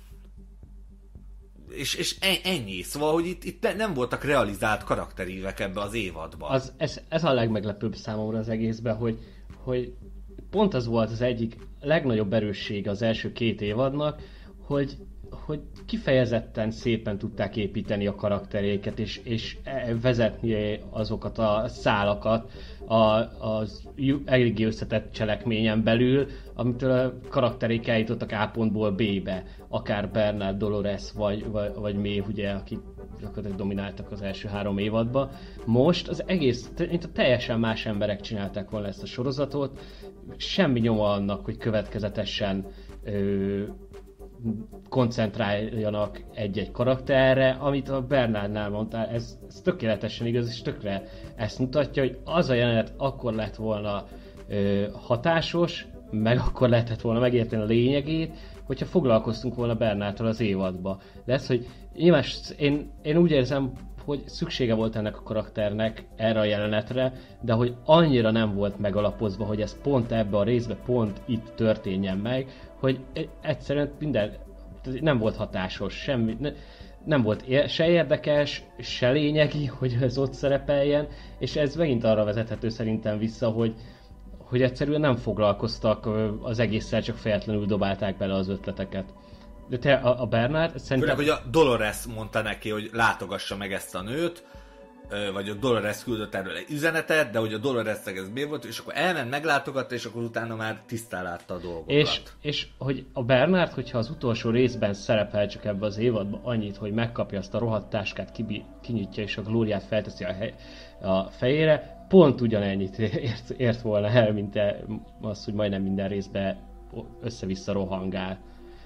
és, és ennyi. Szóval, hogy itt, itt nem voltak realizált karakterívek ebbe az évadban. Az, ez, ez a legmeglepőbb számomra az egészben, hogy, hogy pont az volt az egyik legnagyobb erőssége az első két évadnak, hogy, hogy kifejezetten szépen tudták építeni a karakteréket, és, és vezetni azokat a szálakat a, az eléggé összetett cselekményen belül, amitől a karakterék eljutottak A pontból B-be, akár Bernard, Dolores vagy, vagy, vagy Maeve, ugye, akik gyakorlatilag domináltak az első három évadban. Most az egész, mint a teljesen más emberek csinálták volna ezt a sorozatot, semmi nyoma annak, hogy következetesen ö, koncentráljanak egy-egy karakterre, amit a Bernardnál mondtál, ez, ez tökéletesen igaz, és tökre ezt mutatja, hogy az a jelenet akkor lett volna ö, hatásos, meg akkor lehetett volna megérteni a lényegét, hogyha foglalkoztunk volna Bernardtól az évadba. De ez, hogy nyilván én, én úgy érzem, hogy szüksége volt ennek a karakternek erre a jelenetre, de hogy annyira nem volt megalapozva, hogy ez pont ebbe a részbe, pont itt történjen meg, hogy egyszerűen minden nem volt hatásos, semmi, ne, nem volt se érdekes, se lényegi, hogy ez ott szerepeljen, és ez megint arra vezethető szerintem vissza, hogy, hogy egyszerűen nem foglalkoztak az egésszel, csak fejetlenül dobálták bele az ötleteket. De te, a, a Bernard szerintem... Főleg, hogy a Dolores mondta neki, hogy látogassa meg ezt a nőt, vagy a Dolores küldött erről egy üzenetet, de hogy a Dolores ez miért volt, és akkor elment, meglátogatta, és akkor utána már tisztán látta a dolgokat. És, és hogy a Bernard, hogyha az utolsó részben szerepel csak ebbe az évadban annyit, hogy megkapja azt a rohadt táskát, kibi, kinyitja, és a glóriát felteszi a, hely, a fejére, pont ugyanennyit ért, ért volna el, mint az, hogy majdnem minden részben össze-vissza rohangál.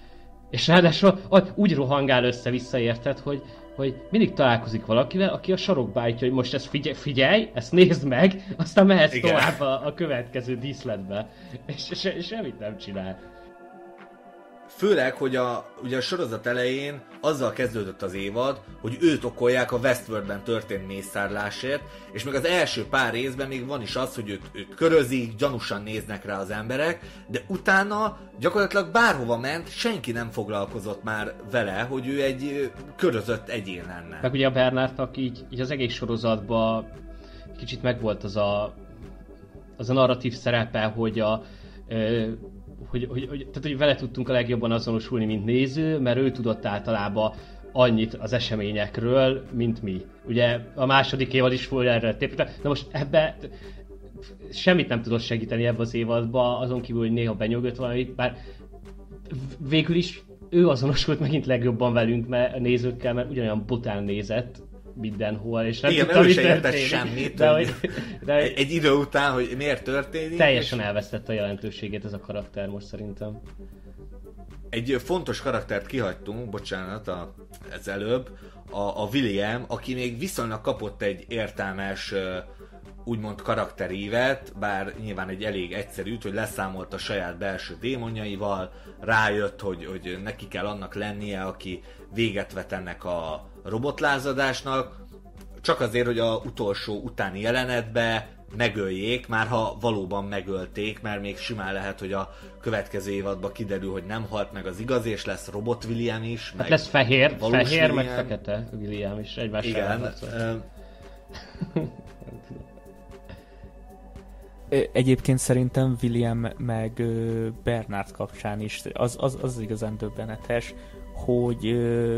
És ráadásul úgy rohangál össze-vissza, érted, hogy, hogy mindig találkozik valakivel, aki a sarokba állítja, hogy most ezt figyelj, figyelj, ezt nézd meg, aztán mehetsz igen. tovább a, a következő díszletbe. És, és, és semmit nem csinál. Főleg, hogy a, ugye a sorozat elején azzal kezdődött az évad, hogy őt okolják a Westworldben történt mészárlásért, és még az első pár részben még van is az, hogy őt, őt körözik, gyanúsan néznek rá az emberek, de utána gyakorlatilag bárhova ment, senki nem foglalkozott már vele, hogy ő egy körözött egyén lenne. Meg ugye a Bernardnak így, így az egész sorozatban kicsit megvolt az a, az a narratív szerepe, hogy a... Ö, Hogy, hogy, hogy, tehát, hogy vele tudtunk a legjobban azonosulni, mint néző, mert ő tudott általában annyit az eseményekről, mint mi. Ugye a második évad is full erre tépített, de most ebbe semmit nem tudott segíteni ebbe az évadba, azon kívül, hogy néha benyögött valamit, bár végül is ő azonosult megint legjobban velünk, mert a nézőkkel, mert ugyanolyan botán nézett mindenhol, és nem igen, tudta, mi történik. Semmit, de, hogy, de egy, egy idő után, hogy miért történik. Teljesen és... elvesztette a jelentőségét ez a karakter most szerintem. Egy fontos karaktert kihagytunk, bocsánat, a, ez előbb, a, a William, aki még viszonylag kapott egy értelmes, úgymond karakterívet, bár nyilván egy elég egyszerűt, hogy leszámolt a saját belső démonjaival, rájött, hogy, hogy neki kell annak lennie, aki véget vet ennek a robotlázadásnak, csak azért, hogy a utolsó utáni jelenetbe megöljék, már ha valóban megölték, mert még simán lehet, hogy a következő évadban kiderül, hogy nem halt meg az igaz, és lesz Robot William is. Hát meg lesz fehér, fehér William. meg fekete William is egymással. Igen. Egyébként szerintem William meg Bernard kapcsán is az, az, az igazán döbbenetes, hogy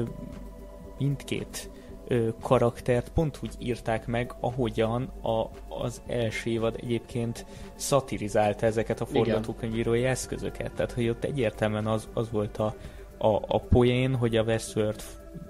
mindkét karaktert pont úgy írták meg, ahogyan a, az első évad egyébként szatirizálta ezeket a forgatókönyvírói eszközöket. Tehát, hogy ott egyértelműen az, az volt a, a, a poén, hogy a Westworld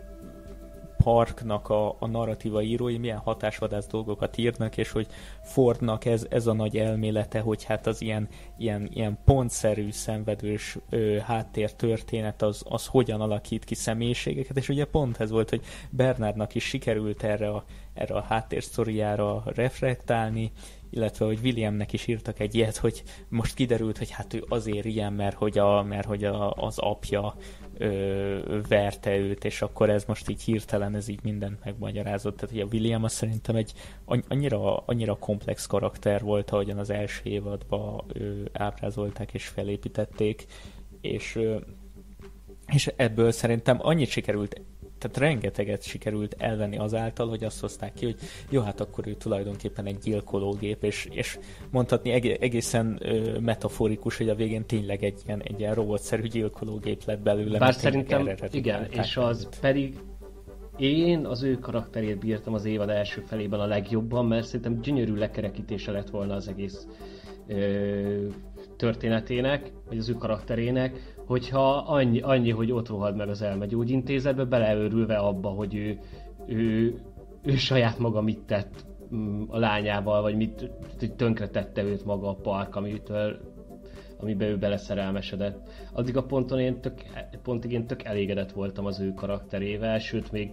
Parknak a, a narratíva írói milyen hatásvadász dolgokat írnak, és hogy Fordnak ez, ez a nagy elmélete, hogy hát az ilyen, ilyen, ilyen pontszerű, szenvedős ö, háttértörténet az, az hogyan alakít ki személyiségeket, és ugye pont ez volt, hogy Bernardnak is sikerült erre a, erre a háttérsztoriára reflektálni, illetve hogy Williamnek is írtak egy ilyet, hogy most kiderült, hogy hát ő azért ilyen, mert hogy, a, mert hogy a, az apja ö, verte őt, és akkor ez most így hirtelen ez így mindent megmagyarázott. Tehát hogy a William az szerintem egy annyira, annyira komplex karakter volt, ahogyan az első évadban ö, ábrázolták és felépítették, és, ö, és ebből szerintem annyit sikerült, tehát rengeteget sikerült elvenni azáltal, hogy azt hozták ki, hogy jó, hát akkor ő tulajdonképpen egy gyilkológép, és, és mondhatni egészen ö, metaforikus, hogy a végén tényleg egy ilyen, egy ilyen robotszerű gyilkológép lett belőle. Bár szerintem igen, és az előtt. Pedig én az ő karakterét bírtam az évad első felében a legjobban, mert szerintem gyönyörű lekerekítése lett volna az egész ö, történetének, vagy az ő karakterének, hogyha annyi, annyi, hogy ott rohad meg az elmegyógyintézetbe, beleőrülve abba, hogy ő, ő, ő saját maga mit tett a lányával, vagy mit tönkretette őt maga a park, amitől, amiben ő beleszerelmesedett. Addig a ponton én tök, pontig én tök elégedett voltam az ő karakterével, sőt még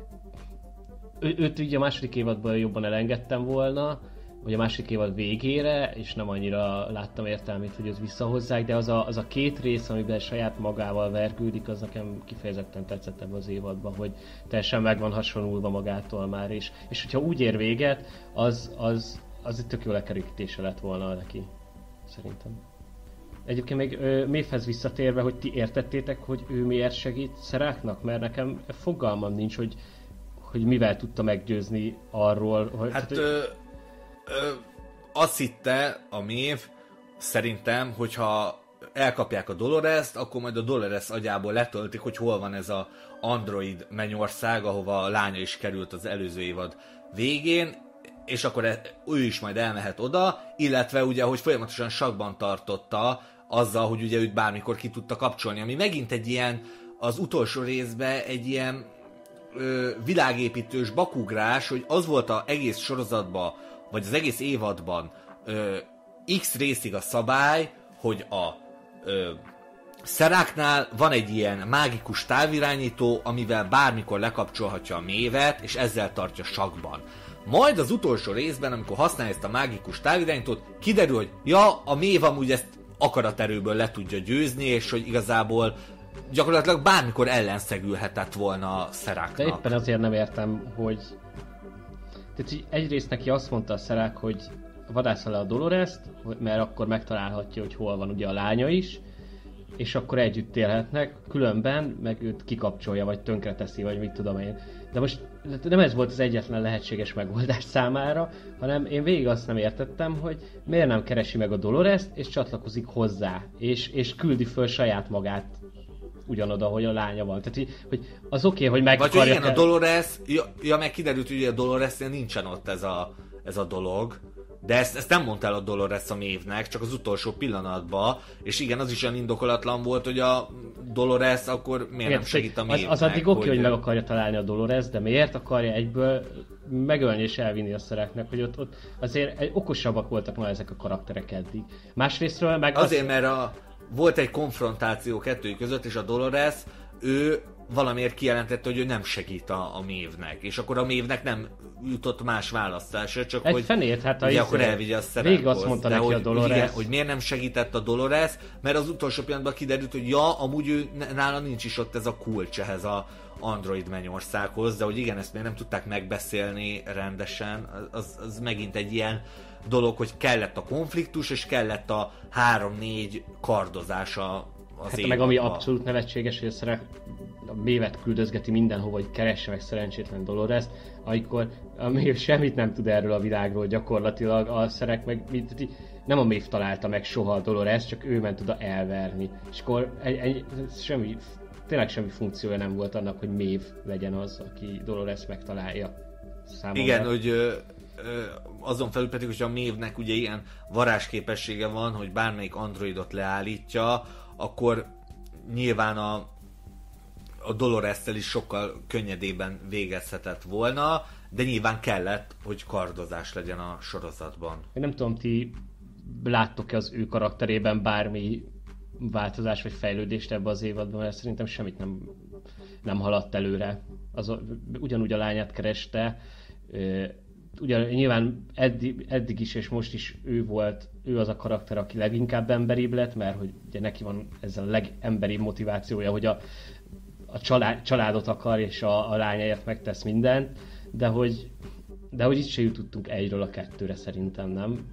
ő, őt ugye a második évadban jobban elengedtem volna, vagy a második évad végére, és nem annyira láttam értelmét, hogy őt visszahozzák, de az a, az a két rész, amiben saját magával vergődik, az nekem kifejezetten tetszett ebben az évadban, hogy teljesen meg van hasonlulva magától már, és, és hogyha úgy ér véget, az, az, az egy tök jó lekerekítése lett volna neki, szerintem. Egyébként még Mévhez visszatérve, hogy ti értettétek, hogy ő miért segít Serakhnak, mert nekem fogalmam nincs, hogy, hogy mivel tudta meggyőzni arról, hogy... Hát... hogy... Ö... Ö, azt hitte a Mév, szerintem, hogyha elkapják a Dolores-t, akkor majd a Dolores agyából letöltik, hogy hol van ez a android mennyország, ahova a lánya is került az előző évad végén, és akkor ő is majd elmehet oda, illetve ugye, hogy folyamatosan sakban tartotta azzal, hogy ugye őt bármikor ki tudta kapcsolni, ami megint egy ilyen, az utolsó részben egy ilyen ö, világépítős bakugrás, hogy az volt az egész sorozatban, vagy az egész évadban ö, X részig a szabály, hogy a, ö, Serac-nál van egy ilyen mágikus távirányító, amivel bármikor lekapcsolhatja a Maeve-et, és ezzel tartja sakban. Majd az utolsó részben, amikor használja ezt a mágikus távirányítót, kiderül, hogy ja, a Maeve amúgy ezt akaraterőből le tudja győzni, és hogy igazából gyakorlatilag bármikor ellenszegülhetett volna Seracnak. De éppen azért nem értem, hogy... Tehát egyrészt neki azt mondta a Serac, hogy vadássza le a Dolorest, mert akkor megtalálhatja, hogy hol van ugye a lánya is, és akkor együtt élhetnek, különben meg őt kikapcsolja, vagy tönkreteszi, vagy mit tudom én. De most nem ez volt az egyetlen lehetséges megoldás számára, hanem én végig azt nem értettem, hogy miért nem keresi meg a Dolorest, és csatlakozik hozzá, és, és küldi föl saját magát ugyanoda, hogy a lánya van. Tehát, hogy az oké, okay, hogy meg vagy hogy igen, a Dolores, ja, ja, meg kiderült, hogy a Doloresnél nincsen ott ez a, ez a dolog, de ezt, ezt nem mondta el a Dolores a Maeve-nek, csak az utolsó pillanatban, és igen, az is olyan indokolatlan volt, hogy a Dolores akkor miért igen, nem segít a Maeve-nek. Az, az addig oké, hogy... hogy meg akarja találni a Dolores, de miért akarja egyből megölni és elvinni a Seracnek, hogy ott, ott azért egy okosabbak voltak ma ezek a karakterek eddig. Másrésztről meg... Azért, az... mert a, volt egy konfrontáció kettőjük között, és a Dolores, ő valamiért kijelentette, hogy ő nem segít a, a Maeve-nek, és akkor a Maeve-nek nem jutott más választásra, csak egy hogy fenét, hát ugye akkor elvigye a Serachoz. azt mondta de neki hogy, a Dolores. Igen, hogy miért nem segített a Dolores, mert az utolsó pillanatban kiderült, hogy ja, amúgy ő, nála nincs is ott ez a kulcs ehhez a Android mennyországhoz, de hogy igen, ezt miért nem tudták megbeszélni rendesen, az, az megint egy ilyen dolog, hogy kellett a konfliktus, és kellett a három-négy kardozása az hát meg ami abszolút nevetséges, hogy a Serac a Maeve-t küldözgeti mindenhova, hogy keresse meg szerencsétlen Dolorest, amikor a Maeve semmit nem tud erről a világról gyakorlatilag, a Serac meg nem a Maeve találta meg soha a Dolorest, csak ő ment oda elverni. És akkor egy, egy, semmi, tényleg semmi funkciója nem volt annak, hogy Maeve legyen az, aki Dolorest megtalálja számomra. Igen, hogy ö, ö, azon felül pedig, hogy a Maeve-nek ugye ilyen varázsképessége van, hogy bármelyik androidot leállítja, akkor nyilván a, a Dolores-tel is sokkal könnyedében végezhetett volna, de nyilván kellett, hogy kardozás legyen a sorozatban. Én nem tudom, ti láttok-e az ő karakterében bármi változás vagy fejlődést ebbe az évadban, mert szerintem semmit nem, nem haladt előre. Az, ugyanúgy a lányát kereste, ugyan nyilván eddig, eddig is és most is ő volt, ő az a karakter, aki leginkább emberibb lett, mert hogy ugye neki van ezzel a legemberibb motivációja, hogy a, a család, családot akar, és a, a lányáért megtesz mindent, de hogy, de hogy itt se jutottunk egyről a kettőre szerintem, nem?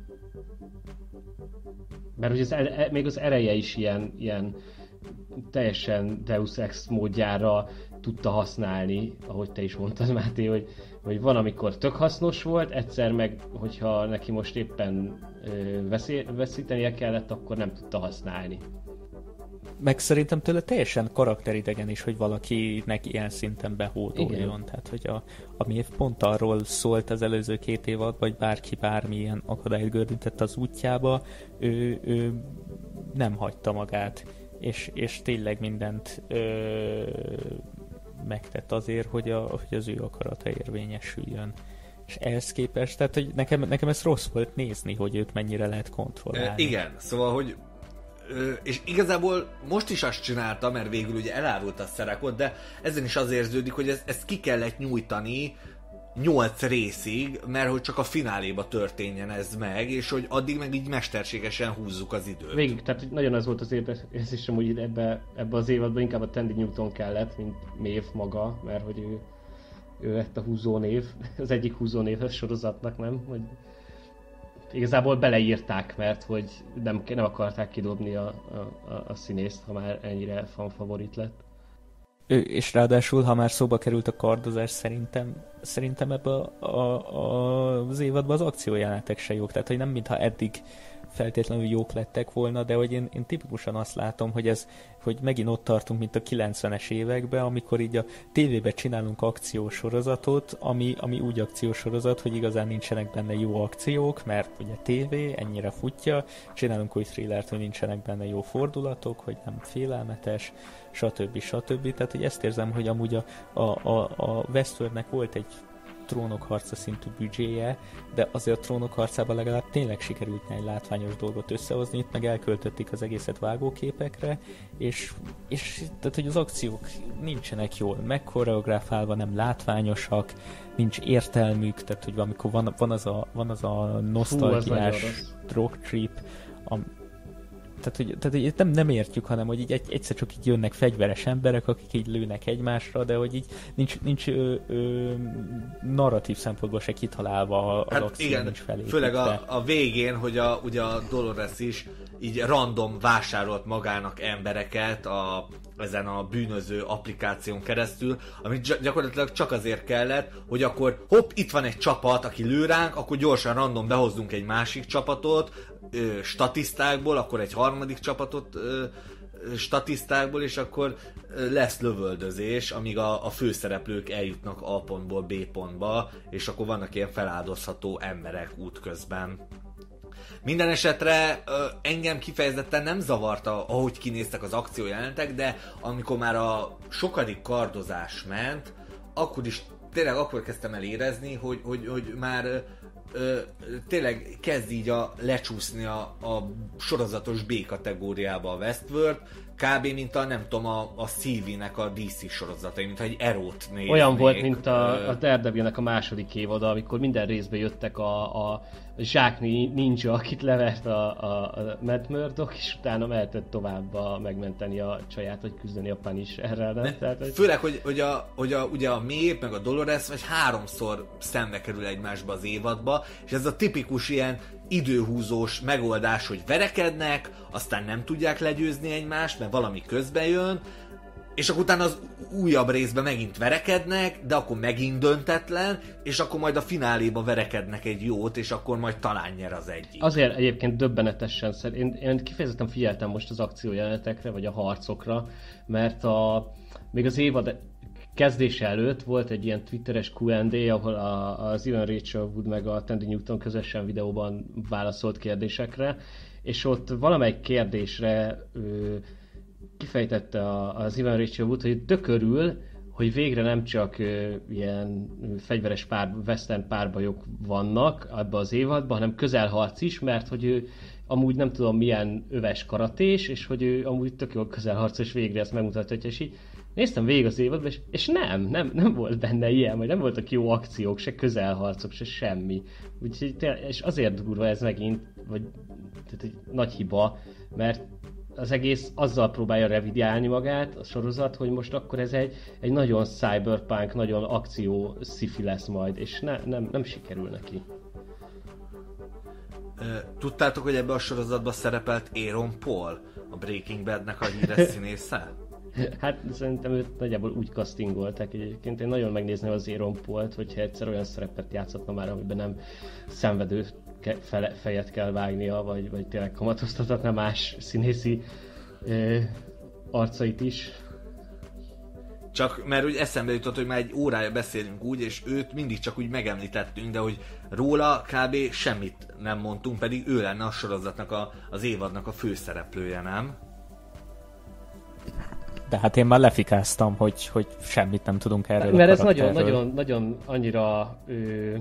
Mert hogy az, még az ereje is ilyen, ilyen teljesen Deus Ex módjára tudta használni, ahogy te is mondtad, Máté, hogy, hogy van, amikor tök hasznos volt, egyszer meg, hogyha neki most éppen ö, veszé, veszítenie kellett, akkor nem tudta használni. Meg szerintem tőle teljesen karakteridegen is, hogy valakinek ilyen szinten behódoljon. Tehát, hogy a, a Maeve pont arról szólt az előző két évadban, hogy bárki bármilyen akadályt gördített az útjába, ő, ő nem hagyta magát, és, és tényleg mindent ö, megtett azért, hogy, a, hogy az ő akarata érvényesüljön. És ehhez képest, tehát hogy nekem, nekem ez rossz volt nézni, hogy őt mennyire lehet kontrollálni. E, igen, szóval, hogy és igazából most is azt csinálta, mert végül ugye elárult a Seracot, de ezen is az érződik, hogy ezt, ezt ki kellett nyújtani nyolc részig, mert hogy csak a fináléba történjen ez meg, és hogy addig meg így mesterségesen húzzuk az időt. Végig, tehát nagyon az volt az érzésem, hogy ebbe, ebbe az évadban inkább a Tandy Newton kellett, mint Maeve maga, mert hogy ő, ő lett a húzónév, az egyik húzónév a sorozatnak, nem? Hogy igazából beleírták, mert hogy nem, nem akarták kidobni a, a, a színészt, ha már ennyire fanfavorit lett. Ő, és ráadásul, ha már szóba került a kardozás, szerintem, szerintem ebben a, a, a, az évadban az akciójelenetek se jók. Tehát, hogy nem mintha eddig feltétlenül jók lettek volna, de hogy én, én tipikusan azt látom, hogy ez, hogy megint ott tartunk, mint a kilencvenes években, amikor így a tévében csinálunk akciósorozatot, ami, ami úgy akciósorozat, hogy igazán nincsenek benne jó akciók, mert ugye tévé ennyire futja, csinálunk új thrillert, hogy nincsenek benne jó fordulatok, hogy nem félelmetes, stb. stb. Tehát, hogy ezt érzem, hogy amúgy a, a, a, a Westworldnek volt egy Trónok harca szintű büdzséje, de azért a Trónok harcában legalább tényleg sikerült egy látványos dolgot összehozni, itt meg elköltötték az egészet vágóképekre, és, és tehát, hogy az akciók nincsenek jól megkoreografálva, nem látványosak, nincs értelmük, tehát, hogy amikor van, van az a, van az a nosztalgiás drog trip, a, Tehát, hogy, tehát, hogy nem, nem értjük, hanem hogy így egyszer csak így jönnek fegyveres emberek, akik így lőnek egymásra, de hogy így nincs, nincs ö, ö, narratív szempontból se kitalálva az hát akció, igen, nincs felépítve. Főleg a, a végén, hogy a, ugye a Dolores is így random vásárolt magának embereket a, ezen a bűnöző applikáción keresztül, amit gyakorlatilag csak azért kellett, hogy akkor hopp, itt van egy csapat, aki lő ránk, akkor gyorsan random behozzunk egy másik csapatot, ö, statisztákból, akkor egy harmadik csapatot ö, statisztákból, és akkor lesz lövöldözés, amíg a, a főszereplők eljutnak A pontból B pontba, és akkor vannak ilyen feláldozható emberek útközben. Minden esetre ö, engem kifejezetten nem zavarta, ahogy kinéztek az akciójelentek, de amikor már a sokadik kardozás ment, akkor is tényleg akkor kezdtem el érezni, hogy, hogy, hogy már ö, tényleg kezd így a, lecsúszni a, a sorozatos B kategóriába a Westworld, kb. Mint a, nem tudom, a, a C V-nek a D C sorozatai, mintha egy Erót néznék. Olyan volt, mint a, a Daredevilnek a második évada, amikor minden részben jöttek a, a zsákni ninja, akit levert a, a, a Matt Murdock, és utána mehetett tovább a, megmenteni a csaját, vagy küzdeni a Punisherrel. Nem? Tehát, hogy... Főleg, hogy, hogy, a, hogy a, ugye a Maeve meg a Dolores vagy háromszor szembe kerül egymásba az évadba, és ez a tipikus ilyen időhúzós megoldás, hogy verekednek, aztán nem tudják legyőzni egymást, mert valami közben jön, és akkor utána az újabb részben megint verekednek, de akkor megint döntetlen, és akkor majd a fináléba verekednek egy jót, és akkor majd talán nyer az egyik. Azért egyébként döbbenetesen szer... én, én kifejezetten figyeltem most az akciójelenetekre, vagy a harcokra, mert a, még az évad kezdése előtt volt egy ilyen twitteres Q and A, ahol a, az Evan Rachel Wood meg a Tandy Newton közösen videóban válaszolt kérdésekre, és ott valamelyik kérdésre ő, kifejtette az Evan Rachel Wood, hogy tökörül, hogy végre nem csak ö, ilyen fegyveres pár, western párbajok vannak ebbe az évadban, hanem közelharc is, mert hogy ő amúgy nem tudom milyen öves karatés, és hogy ő amúgy tök jó közelharcos, végre ezt megmutatja, és így néztem végig az évadban, és, és nem, nem, nem volt benne ilyen, vagy nem voltak jó akciók, se közelharcok, se semmi. Úgyhogy tényleg, és azért durva ez megint, vagy tehát egy nagy hiba, mert az egész azzal próbálja revidiálni magát a sorozat, hogy most akkor ez egy, egy nagyon cyberpunk, nagyon akció sci-fi lesz majd, és ne, nem, nem sikerül neki. Tudtátok, hogy ebbe a sorozatban szerepelt Aaron Paul, a Breaking Badnek a híres színésze? Hát szerintem őt nagyjából úgy castingolták egyébként. Én nagyon megnézném az Aaron Pault, hogyha egyszer olyan szerepet játszhatna már, amiben nem szenvedő fele, fejet kell vágnia, vagy, vagy tényleg kamatoztathatna más színészi ö, arcait is. Csak mert úgy eszembe jutott, hogy már egy órája beszélünk úgy, és őt mindig csak úgy megemlítettünk, de hogy róla kb. Semmit nem mondtunk, pedig ő lenne a sorozatnak, a, az évadnak a főszereplője, nem? De hát én már lefikáztam, hogy, hogy semmit nem tudunk erről. Mert ez nagyon, nagyon, nagyon annyira ö,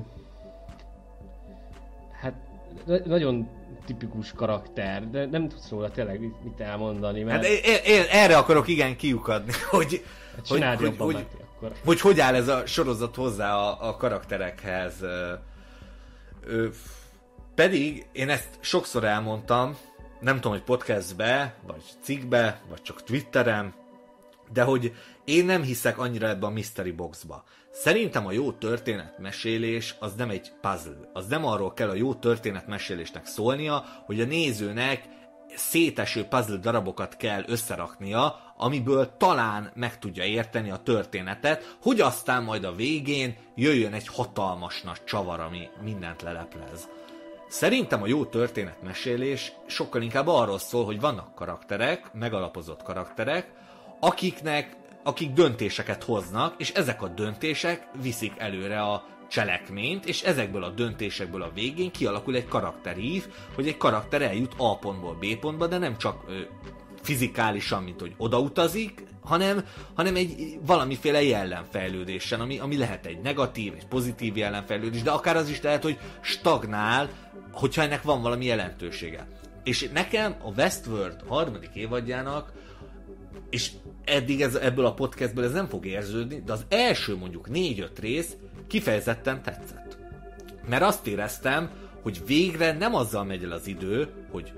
hát nagyon tipikus karakter, de nem tudsz róla tényleg mit elmondani. Mert... Hát én, én erre akarok igen kiukadni, hogy hát hogy, hogy, hogy, Mati, hogy, hogy hogy áll ez a sorozat hozzá a, a karakterekhez. Ö, ö, pedig én ezt sokszor elmondtam, nem tudom, hogy podcastbe, vagy cikkbe, vagy csak Twitteren, de hogy én nem hiszek annyira ebbe a mystery boxba. Szerintem a jó történetmesélés az nem egy puzzle. Az nem arról kell a jó történetmesélésnek szólnia, hogy a nézőnek széteső puzzle darabokat kell összeraknia, amiből talán meg tudja érteni a történetet, hogy aztán majd a végén jöjjön egy hatalmas nagy csavar, ami mindent leleplez. Szerintem a jó történetmesélés sokkal inkább arról szól, hogy vannak karakterek, megalapozott karakterek, akiknek, akik döntéseket hoznak, és ezek a döntések viszik előre a cselekményt, és ezekből a döntésekből a végén kialakul egy karakterív, hogy egy karakter eljut A pontból B pontba, de nem csak ö, fizikálisan, mint hogy odautazik, hanem, hanem egy valamiféle jellemfejlődésen, ami, ami lehet egy negatív, egy pozitív jellemfejlődés, de akár az is lehet, hogy stagnál, hogyha ennek van valami jelentősége. És nekem a Westworld harmadik évadjának, és eddig ez, ebből a podcastből ez nem fog érződni, de az első mondjuk négy-öt rész kifejezetten tetszett. Mert azt éreztem, hogy végre nem azzal megy el az idő, hogy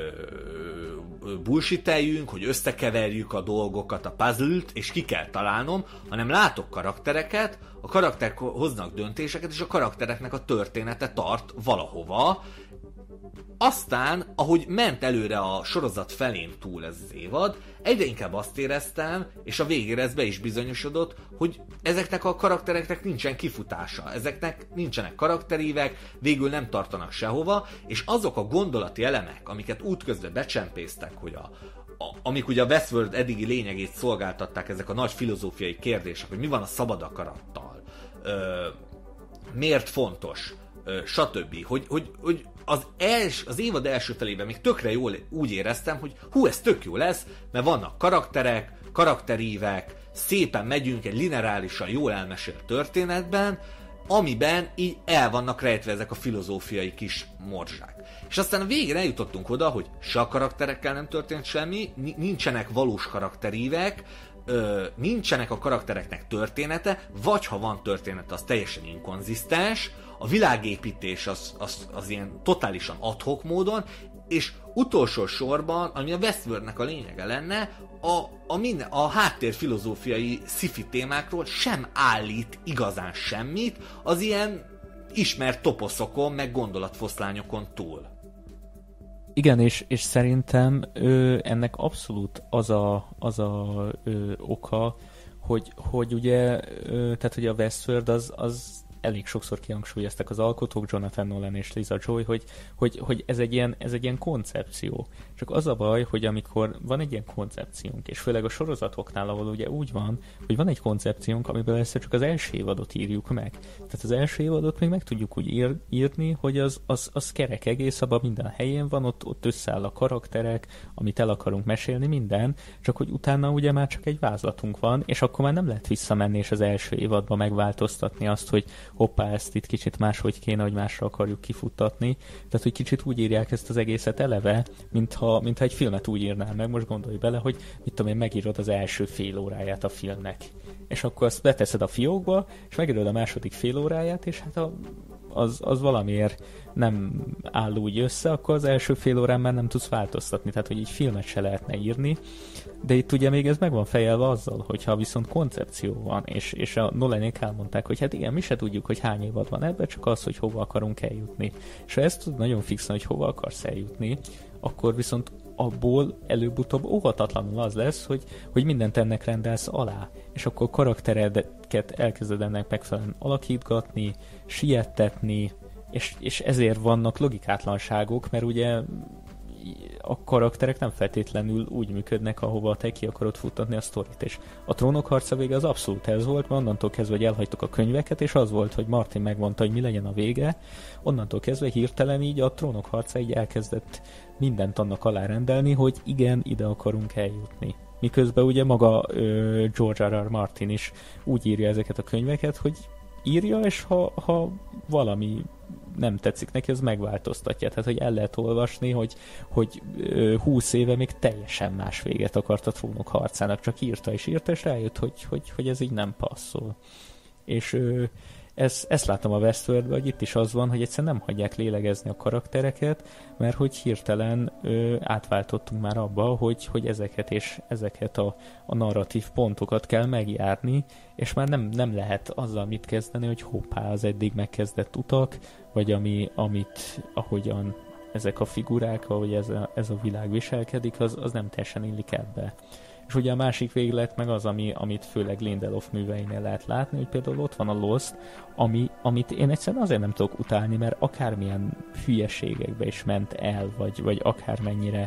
bullshiteljünk, hogy összekeverjük a dolgokat, a puzzle-t, és ki kell találnom, hanem látok karaktereket, a karakterek hoznak döntéseket, és a karaktereknek a története tart valahova. Aztán, ahogy ment előre a sorozat felén túl ez az évad, egyre inkább azt éreztem, és a végére ez be is bizonyosodott, hogy ezeknek a karaktereknek nincsen kifutása, ezeknek nincsenek karakterívek, végül nem tartanak sehova, és azok a gondolati elemek, amiket útközben becsempésztek, hogy a, a, amik ugye a Westworld eddigi lényegét szolgáltatták, ezek a nagy filozófiai kérdések, hogy mi van a szabad akarattal, ö, miért fontos, ö, stb. Hogy, hogy, hogy az, els, az évad első felében még tökre jól úgy éreztem, hogy hú, ez tök jó lesz, mert vannak karakterek, karakterívek, szépen megyünk egy lineárisan jól elmesélt történetben, amiben így el vannak rejtve ezek a filozófiai kis morzsák. És aztán a végén eljutottunk oda, hogy se a karakterekkel nem történt semmi, nincsenek valós karakterívek, ö, nincsenek a karaktereknek története, vagy ha van története, az teljesen inkonzisztens, a világépítés az, az, az ilyen totálisan ad-hoc módon, és utolsó sorban, ami a Westworldnek a lényege lenne, a, a, minden, a háttérfilozófiai sci-fi témákról sem állít igazán semmit, az ilyen ismert toposzokon, meg gondolatfoszlányokon túl. Igen, és, és szerintem ö, ennek abszolút az a, az a ö, oka, hogy, hogy ugye, ö, tehát hogy a Westworld az, az elég sokszor kihangsúlyozták az alkotók, Jonathan Nolan és Lisa Joy, hogy, hogy, hogy ez, egy ilyen, ez egy ilyen koncepció. Csak az a baj, hogy amikor van egy ilyen koncepciónk, és főleg a sorozatoknál, ahol ugye úgy van, hogy van egy koncepciónk, amiből ezt csak az első évadot írjuk meg. Tehát az első évadot még meg tudjuk úgy ír, írni, hogy az, az, az kerek egész, abban minden helyén van, ott, ott összeáll a karakterek, amit el akarunk mesélni, minden, csak hogy utána ugye már csak egy vázlatunk van, és akkor már nem lehet visszamenni és az első évadban megváltoztatni azt, hogy hoppá, ezt itt kicsit máshogy kéne, hogy másra akarjuk kifuttatni. Tehát, hogy kicsit úgy írják ezt az egészet eleve, mintha, mintha egy filmet úgy írnál meg. Most gondolj bele, hogy mit tudom én, megírod az első fél óráját a filmnek. És akkor azt beteszed a fiókba, és megírod a második fél óráját, és hát a, az, az valamiért nem áll úgy össze, akkor az első fél órán már nem tudsz változtatni. Tehát, hogy így filmet se lehetne írni. De itt ugye még ez meg van fejelve azzal, hogyha viszont koncepció van, és, és a Nolanék elmondták, hogy hát igen, mi se tudjuk, hogy hány évad van ebben, csak az, hogy hova akarunk eljutni. És ha ezt tud nagyon fixen, hogy hova akarsz eljutni, akkor viszont abból előbb-utóbb óvatatlanul az lesz, hogy, hogy mindent ennek rendelsz alá. És akkor karaktereket elkezded ennek megfelelően alakítgatni, siettetni, és, és ezért vannak logikátlanságok, mert ugye a karakterek nem feltétlenül úgy működnek, ahova te ki akarod futtatni a sztorit. És a Trónok harca vége az abszolút ez volt, mert onnantól kezdve, hogy elhagytuk a könyveket, és az volt, hogy Martin megmondta, hogy mi legyen a vége, onnantól kezdve hirtelen így a Trónok harca így elkezdett mindent annak alárendelni, hogy igen, ide akarunk eljutni. Miközben ugye maga ö, George R. R. Martin is úgy írja ezeket a könyveket, hogy írja, és ha, ha valami nem tetszik neki, az megváltoztatja. Tehát, hogy el lehet olvasni, hogy, hogy húsz éve még teljesen más véget akart a Trónok harcának, csak írta és írta, és rájött, hogy, hogy, hogy ez így nem passzol. És ö, ez, ezt látom a Westworldben, hogy itt is az van, hogy egyszerűen nem hagyják lélegezni a karaktereket, mert hogy hirtelen ö, átváltottunk már abba, hogy, hogy ezeket és ezeket a, a narratív pontokat kell megjárni, és már nem, nem lehet azzal mit kezdeni, hogy hoppá, az eddig megkezdett utak, vagy ami, amit, ahogyan ezek a figurák, ahogy ez a, ez a világ viselkedik, az, az nem teljesen illik ebbe. És ugye a másik véglet meg az, ami, amit főleg Lindelof műveinél lehet látni, hogy például ott van a Lost, ami, amit én egyszerűen azért nem tudok utálni, mert akármilyen hülyeségekbe is ment el, vagy, vagy akármennyire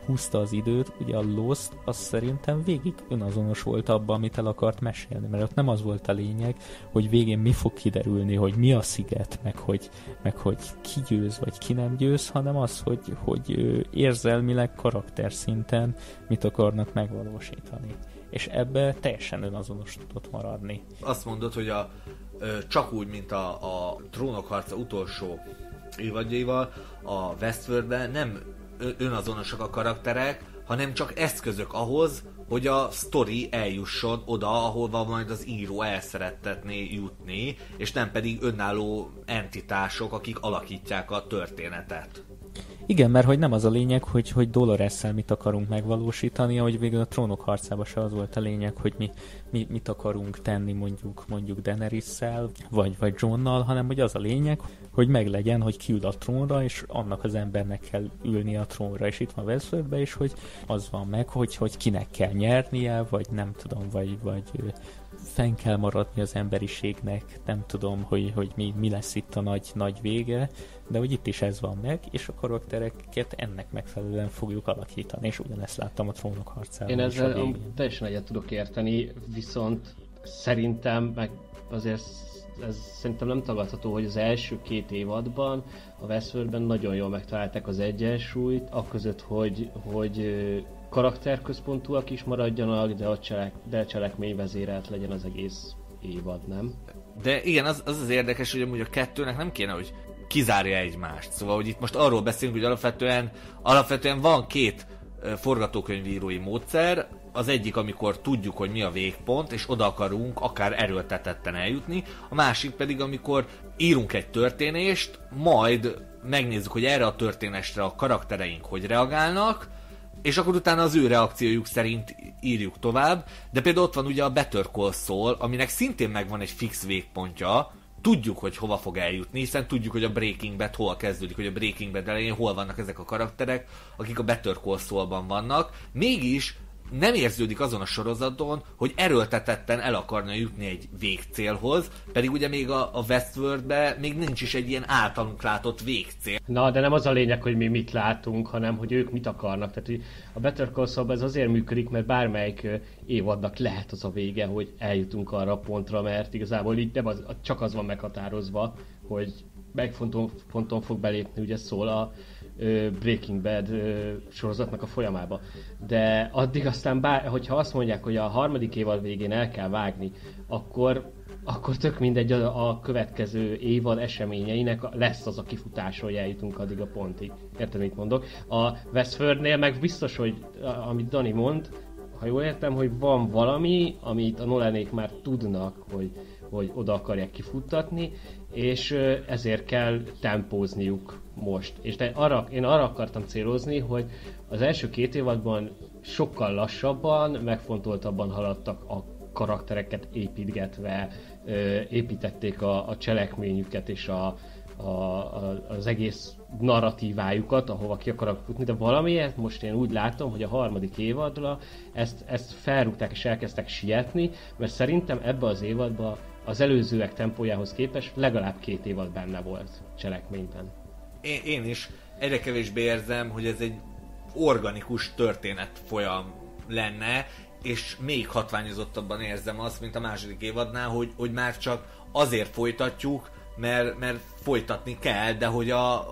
húzta az időt, ugye a Lost az szerintem végig önazonos volt abban, amit el akart mesélni, mert ott nem az volt a lényeg, hogy végén mi fog kiderülni, hogy mi a sziget, meg hogy, meg hogy ki győz, vagy ki nem győz, hanem az, hogy, hogy érzelmileg, karakterszinten mit akarnak megvalósítani. És ebbe teljesen önazonos tudott maradni. Azt mondod, hogy a, csak úgy, mint a, a Trónok harca utolsó évadjaival, a Westworldben nem önazonosak a karakterek, hanem csak eszközök ahhoz, hogy a sztori eljusson oda, ahova majd az író el szerettetné jutni, és nem pedig önálló entitások, akik alakítják a történetet. Igen, mert hogy nem az a lényeg, hogy, hogy Dolores-szel mit akarunk megvalósítani, ahogy végül a Trónok harcában se az volt a lényeg, hogy mi, mi mit akarunk tenni mondjuk mondjuk Daenerys-szel, vagy, vagy Johnnal, hanem hogy az a lényeg, hogy meglegyen, hogy kiül a trónra, és annak az embernek kell ülni a trónra, és itt van Westworldben is, hogy az van meg, hogy, hogy kinek kell nyernie, vagy nem tudom, vagy, vagy fenn kell maradni az emberiségnek, nem tudom, hogy, hogy mi, mi lesz itt a nagy, nagy vége, de hogy itt is ez van meg, és a karaktereket ennek megfelelően fogjuk alakítani, és ugyanezt láttam a Trónok harcában. Én ezzel teljesen egyet tudok érteni, viszont szerintem, meg azért ez szerintem nem tagadható, hogy az első két évadban a Westworldben nagyon jól megtalálták az egyensúlyt, akközött, hogy, hogy karakterközpontúak is maradjanak, de a cselek, de cselekményvezérelt legyen az egész évad, nem? De igen, az az, az érdekes, hogy amúgy a kettőnek nem kéne, hogy kizárja egymást. Szóval, hogy itt most arról beszélünk, hogy alapvetően, alapvetően van két forgatókönyvírói módszer. Az egyik, amikor tudjuk, hogy mi a végpont, és oda akarunk akár erőltetetten eljutni. A másik pedig, amikor írunk egy történést, majd megnézzük, hogy erre a történésre a karaktereink hogy reagálnak, és akkor utána az ő reakciójuk szerint írjuk tovább. De például ott van ugye a Better Call Saul, aminek szintén megvan egy fix végpontja, tudjuk, hogy hova fog eljutni, hiszen tudjuk, hogy a Breaking Bad hol kezdődik, hogy a Breaking Bad elején hol vannak ezek a karakterek, akik a Better Call Saulban vannak. Mégis nem érződik azon a sorozaton, hogy erőltetetten el akarna jutni egy végcélhoz, pedig ugye még a, a Westworldben még nincs is egy ilyen általunk látott végcél. Na, de nem az a lényeg, hogy mi mit látunk, hanem hogy ők mit akarnak. Tehát hogy a Better Call Saulban ez azért működik, mert bármelyik évadnak lehet az a vége, hogy eljutunk arra a pontra, mert igazából így nem az, csak az van meghatározva, hogy melyik ponton, ponton fog belépni, ugye szól a Breaking Bad sorozatnak a folyamába. De addig aztán, bár, hogyha azt mondják, hogy a harmadik évad végén el kell vágni, akkor, akkor tök mindegy a, a következő évad eseményeinek lesz az a kifutás, hogy eljutunk addig a pontig. Érted, mit mondok? A Westworldnél meg biztos, hogy amit Dani mond, ha jól értem, hogy van valami, amit a Nolanék már tudnak, hogy, hogy oda akarják kifuttatni, és ezért kell tempózniuk most. És de arra, én arra akartam célozni, hogy az első két évadban sokkal lassabban, megfontoltabban haladtak a karaktereket építgetve, építették a, a cselekményüket és a, a, a, az egész narratívájukat, ahova ki akarok futni, de valamiért most én úgy látom, hogy a harmadik évadra ezt, ezt felrúgták és elkezdtek sietni, mert szerintem ebbe az évadban az előzőek tempójához képest legalább két évad benne volt cselekményben. Én, én is egyre kevésbé érzem, hogy ez egy organikus történet folyam lenne, és még hatványozottabban érzem azt, mint a második évadnál, hogy, hogy már csak azért folytatjuk, mert, mert folytatni kell, de hogy a,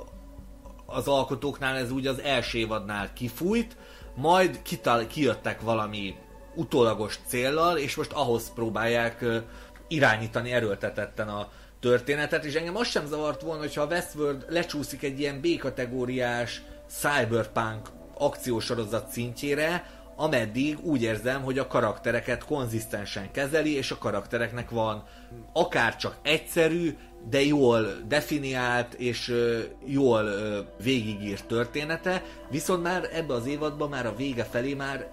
az alkotóknál ez úgy az első évadnál kifújt, majd kital, kijöttek valami utólagos céllal, és most ahhoz próbálják irányítani erőltetetten a történetet, és engem azt sem zavart volna, hogyha a Westworld lecsúszik egy ilyen B-kategóriás cyberpunk akciósorozat szintjére, ameddig úgy érzem, hogy a karaktereket konzisztensen kezeli, és a karaktereknek van akár csak egyszerű, de jól definiált és jól végigírt története, viszont már ebbe az évadban már a vége felé már...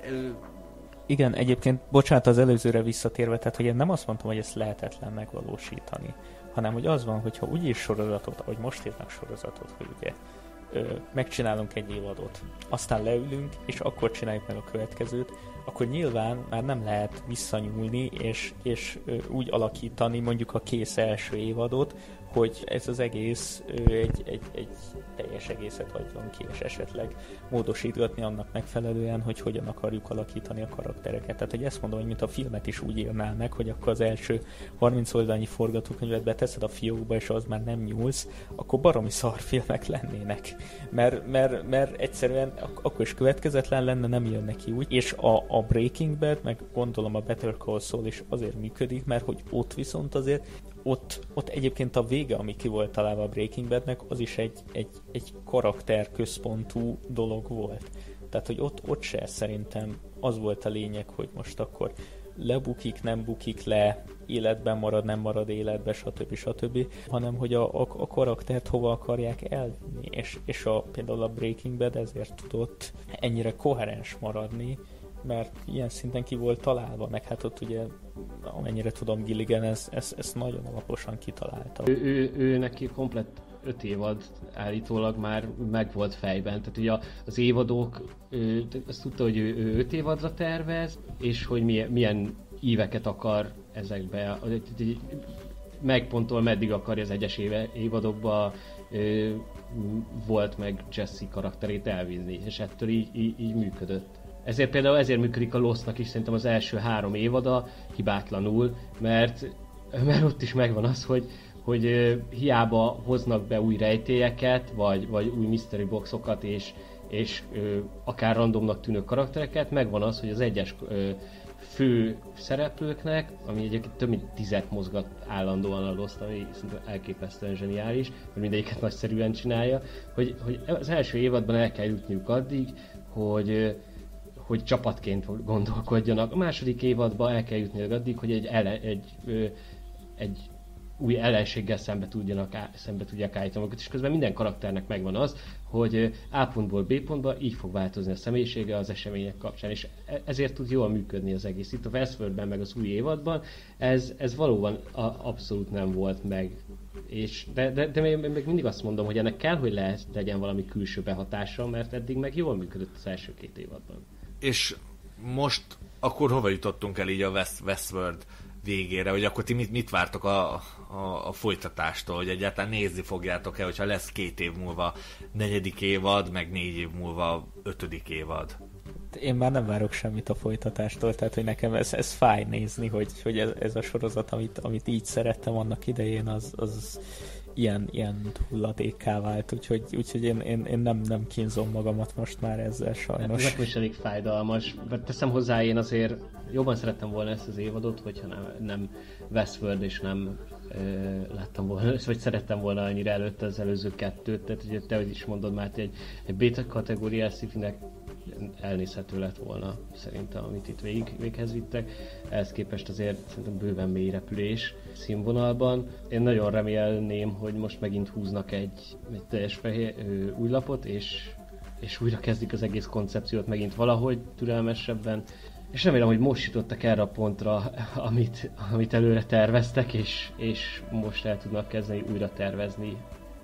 Igen, egyébként, bocsánat, az előzőre visszatérve, tehát hogy én nem azt mondtam, hogy ezt lehetetlen megvalósítani, hanem hogy az van, hogyha úgy is sorozatot, ahogy most írnak sorozatot, hogy ugye ö, megcsinálunk egy évadot, aztán leülünk, és akkor csináljuk meg a következőt, akkor nyilván már nem lehet visszanyúlni, és, és úgy alakítani mondjuk a kész első évadot, hogy ez az egész egy, egy, egy teljes egészet hagyjon ki, és esetleg módosítgatni annak megfelelően, hogy hogyan akarjuk alakítani a karaktereket. Tehát, hogy ezt mondom, hogy mint a filmet is úgy írnál meg, hogy akkor az első harminc oldalnyi forgatókönyvet beteszed a fiókba, és az már nem nyúlsz, akkor baromi szarfilmek lennének. Mert, mert, mert egyszerűen akkor is következetlen lenne, nem jön neki úgy. És a, a Breaking Bad, meg gondolom a Better Call Saul is azért működik, mert hogy ott viszont azért Ott, ott egyébként a vége, ami ki volt találva a Breaking Badnek, az is egy, egy, egy karakterközpontú dolog volt. Tehát, hogy ott, ott se szerintem az volt a lényeg, hogy most akkor lebukik, nem bukik le, életben marad, nem marad életben, stb. stb. Hanem, hogy a, a, a karaktert hova akarják elvinni. És, és a, például a Breaking Bad ezért tudott ennyire koherens maradni, mert ilyen szinten ki volt találva, meg hát ott ugye, amennyire tudom, Gilligan ezt, ezt, ezt nagyon alaposan kitalálta. Ő, ő, ő neki komplett öt évad állítólag már meg volt fejben, tehát ugye az évadok, ő, azt tudta, hogy ő, ő öt évadra tervez, és hogy milyen, milyen íveket akar ezekbe, megpontol, meddig akarja az egyes éve, évadokba ő, volt meg Jesse karakterét elvinni, és ettől így, így, így működött. Ezért például ezért működik a Lostnak is szerintem az első három évada hibátlanul, mert, mert ott is megvan az, hogy, hogy hiába hoznak be új rejtélyeket, vagy, vagy új mystery boxokat, és, és ö, akár randomnak tűnő karaktereket, megvan az, hogy az egyes ö, fő szereplőknek, ami egyébként több mint tizet mozgat állandóan a Lost, ami szerintem elképesztően zseniális, mert mindegyiket nagyszerűen csinálja, hogy, hogy az első évadban el kell jutniuk addig, hogy hogy csapatként gondolkodjanak. A második évadban el kell jutni addig, hogy egy, ellen, egy, ö, egy új ellenséggel szembe, tudjanak, szembe tudják állítani magukat, és közben minden karakternek megvan az, hogy A pontból B pontba így fog változni a személyisége az események kapcsán, és ezért tud jól működni az egész. Itt a Westworldben, meg az új évadban ez, ez valóban a, abszolút nem volt meg. És, de, de, de még mindig azt mondom, hogy ennek kell, hogy le, legyen valami külső behatása, mert eddig meg jól működött az első két évadban. És most akkor hova jutottunk el így a West, Westworld végére, hogy akkor ti mit, mit vártok a, a, a folytatástól, hogy egyáltalán nézni fogjátok-e, hogyha lesz két év múlva negyedik évad, meg négy év múlva ötödik évad? Én már nem várok semmit a folytatástól, tehát hogy nekem ez, ez fáj nézni, hogy, hogy ez, ez a sorozat, amit, amit így szerettem annak idején, az, az ilyen, ilyen hulladékká vált, úgyhogy, úgyhogy én, én, én nem, nem kínzom magamat most már ezzel sajnos. Ez is elég fájdalmas, mert teszem hozzá, én azért jobban szerettem volna ezt az évadot, hogyha nem, nem Westworld és nem ö, láttam volna, vagy szerettem volna annyira előtte az előző kettőt, tehát ugye te is mondod már, egy, egy beta kategóriás sci-finek elnézhető lett volna szerintem, amit itt végig, véghez vittek. Ehhez képest azért szerintem bőven mély repülés színvonalban. Én nagyon remélném, hogy most megint húznak egy, egy teljes fehér ö, új lapot, és, és újra kezdik az egész koncepciót megint valahogy türelmesebben. És remélem, hogy most jutottak erre a pontra, amit, amit előre terveztek, és, és most el tudnak kezdeni újra tervezni,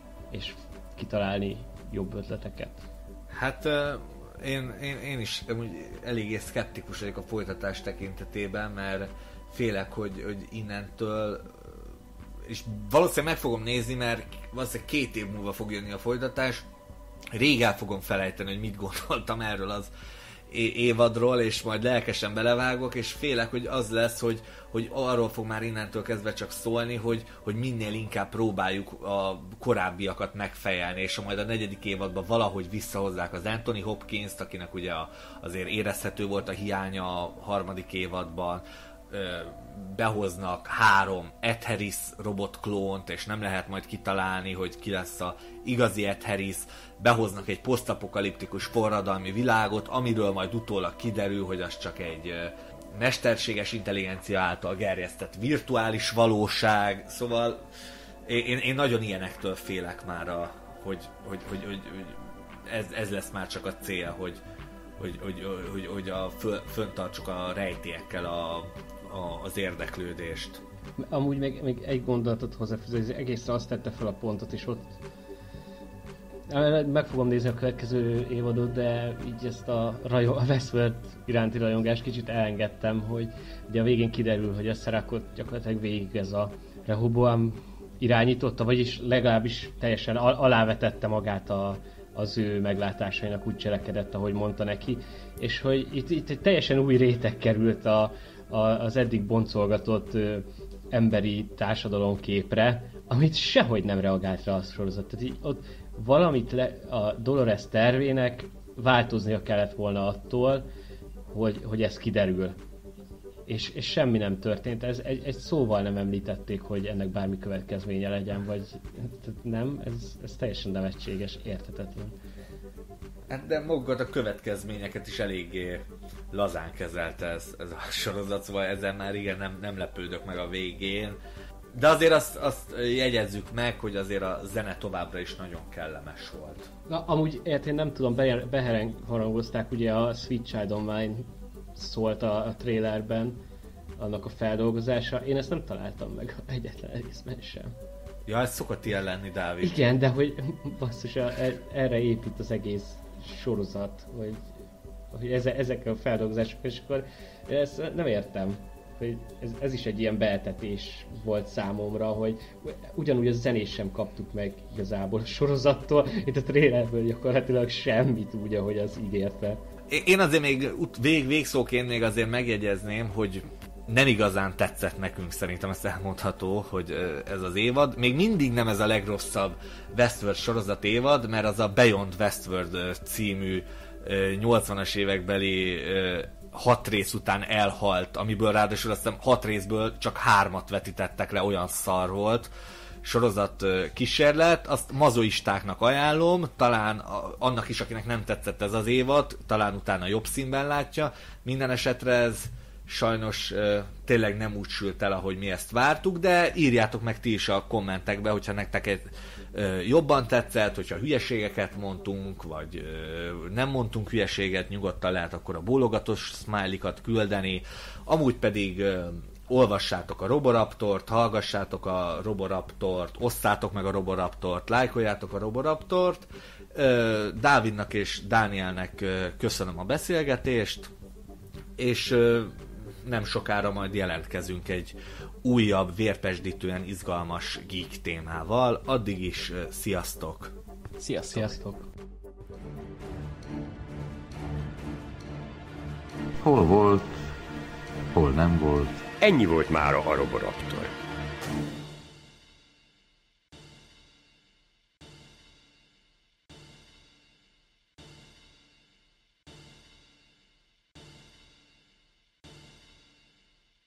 és kitalálni jobb ötleteket. Hát... Uh... Én, én, én is eléggé szkeptikus vagyok a folytatás tekintetében, mert félek, hogy, hogy innentől, és valószínűleg meg fogom nézni, mert valószínűleg két év múlva fog jönni a folytatás, rég el fogom felejteni, hogy mit gondoltam erről az évadról, és majd lelkesen belevágok, és félek, hogy az lesz, hogy, hogy arról fog már innentől kezdve csak szólni, hogy, hogy minél inkább próbáljuk a korábbiakat megfejelni, és majd a negyedik évadban valahogy visszahozzák az Anthony Hopkins-t, akinek ugye azért érezhető volt a hiánya a harmadik évadban, behoznak három Ed Harris robotklónt, és nem lehet majd kitalálni, hogy ki lesz a igazi Ed Harris, behoznak egy posztapokaliptikus forradalmi világot, amiről majd utólag kiderül, hogy az csak egy mesterséges intelligencia által gerjesztett virtuális valóság, szóval én, én nagyon ilyenektől félek már, a, hogy, hogy, hogy, hogy ez, ez lesz már csak a cél, hogy, hogy, hogy, hogy, hogy a föl, föntartsuk a rejtélyekkel a, a, az érdeklődést. Amúgy még, még egy gondolatot hozzáfűzni, egészre azt tette fel a pontot, és ott Meg fogom nézni a következő évadot, de így ezt a, rajo- a Westworld iránti rajongást kicsit elengedtem, hogy ugye a végén kiderül, hogy a Serakhot gyakorlatilag végig ez a Rehoboam irányította, vagyis legalábbis teljesen al- alávetette magát a, az ő meglátásainak, úgy cselekedett, ahogy mondta neki, és hogy itt, itt egy teljesen új réteg került a, a, az eddig boncolgatott ö, emberi társadalomképre, amit sehogy nem reagált rá a sorozat. Tehát így ott valamit le, a Dolores tervének változnia kellett volna attól, hogy, hogy ez kiderül. És, és semmi nem történt. Ez egy, egy szóval nem említették, hogy ennek bármi következménye legyen, vagy nem. Ez, ez teljesen nevetséges, érthetetlen. Hát de magukat a következményeket is eléggé lazán kezelte ez, ez a sorozat, szóval ezen már igen nem, nem lepődök meg a végén. De azért azt, azt jegyezzük meg, hogy azért a zene továbbra is nagyon kellemes volt. Na, amúgy ért, én nem tudom, behereng harangozták, ugye a Sweet Child O' Mine szólt a, a trailerben, annak a feldolgozása. Én ezt nem találtam meg egyetlen részben sem. Ja, ez szokott ilyen lenni, Dávid. Igen, de hogy basszus, erre épít az egész sorozat, hogy, hogy eze, ezek a feldolgozások, és akkor ezt nem értem. Hogy ez, ez is egy ilyen beeltetés volt számomra, hogy ugyanúgy a zenét sem kaptuk meg igazából a sorozattól, itt a trailerből gyakorlatilag semmit úgy, ahogy az ígérte. Én azért még vég, végszóként még azért megjegyezném, hogy nem igazán tetszett nekünk, szerintem ezt elmondható, hogy ez az évad. Még mindig nem ez a legrosszabb Westworld sorozat évad, mert az a Beyond Westworld című nyolcvanas évekbeli hat rész után elhalt, amiből ráadásul azt hiszem hat részből csak hármat vetítettek le, olyan szar volt sorozat kísérlet, azt mazoistáknak ajánlom, talán annak is, akinek nem tetszett ez az évad, talán utána jobb színben látja, minden esetre ez sajnos tényleg nem úgy sült el, ahogy mi ezt vártuk, de írjátok meg ti is a kommentekbe, hogyha nektek egy jobban tetszett, hogyha hülyeségeket mondtunk, vagy nem mondtunk hülyeséget, nyugodtan lehet akkor a bólogatós smiley-kat küldeni, amúgy pedig olvassátok a Roboraptort, hallgassátok a Roboraptort, osszátok meg a Roboraptort, lájkoljátok a Roboraptort. Dávidnak és Dánielnek köszönöm a beszélgetést, és nem sokára majd jelentkezünk egy újabb, vérpesdítően izgalmas geek témával. Addig is sziasztok! Sziasztok! Sziasztok. Hol volt, hol nem volt. Ennyi volt mára a Roboraptor.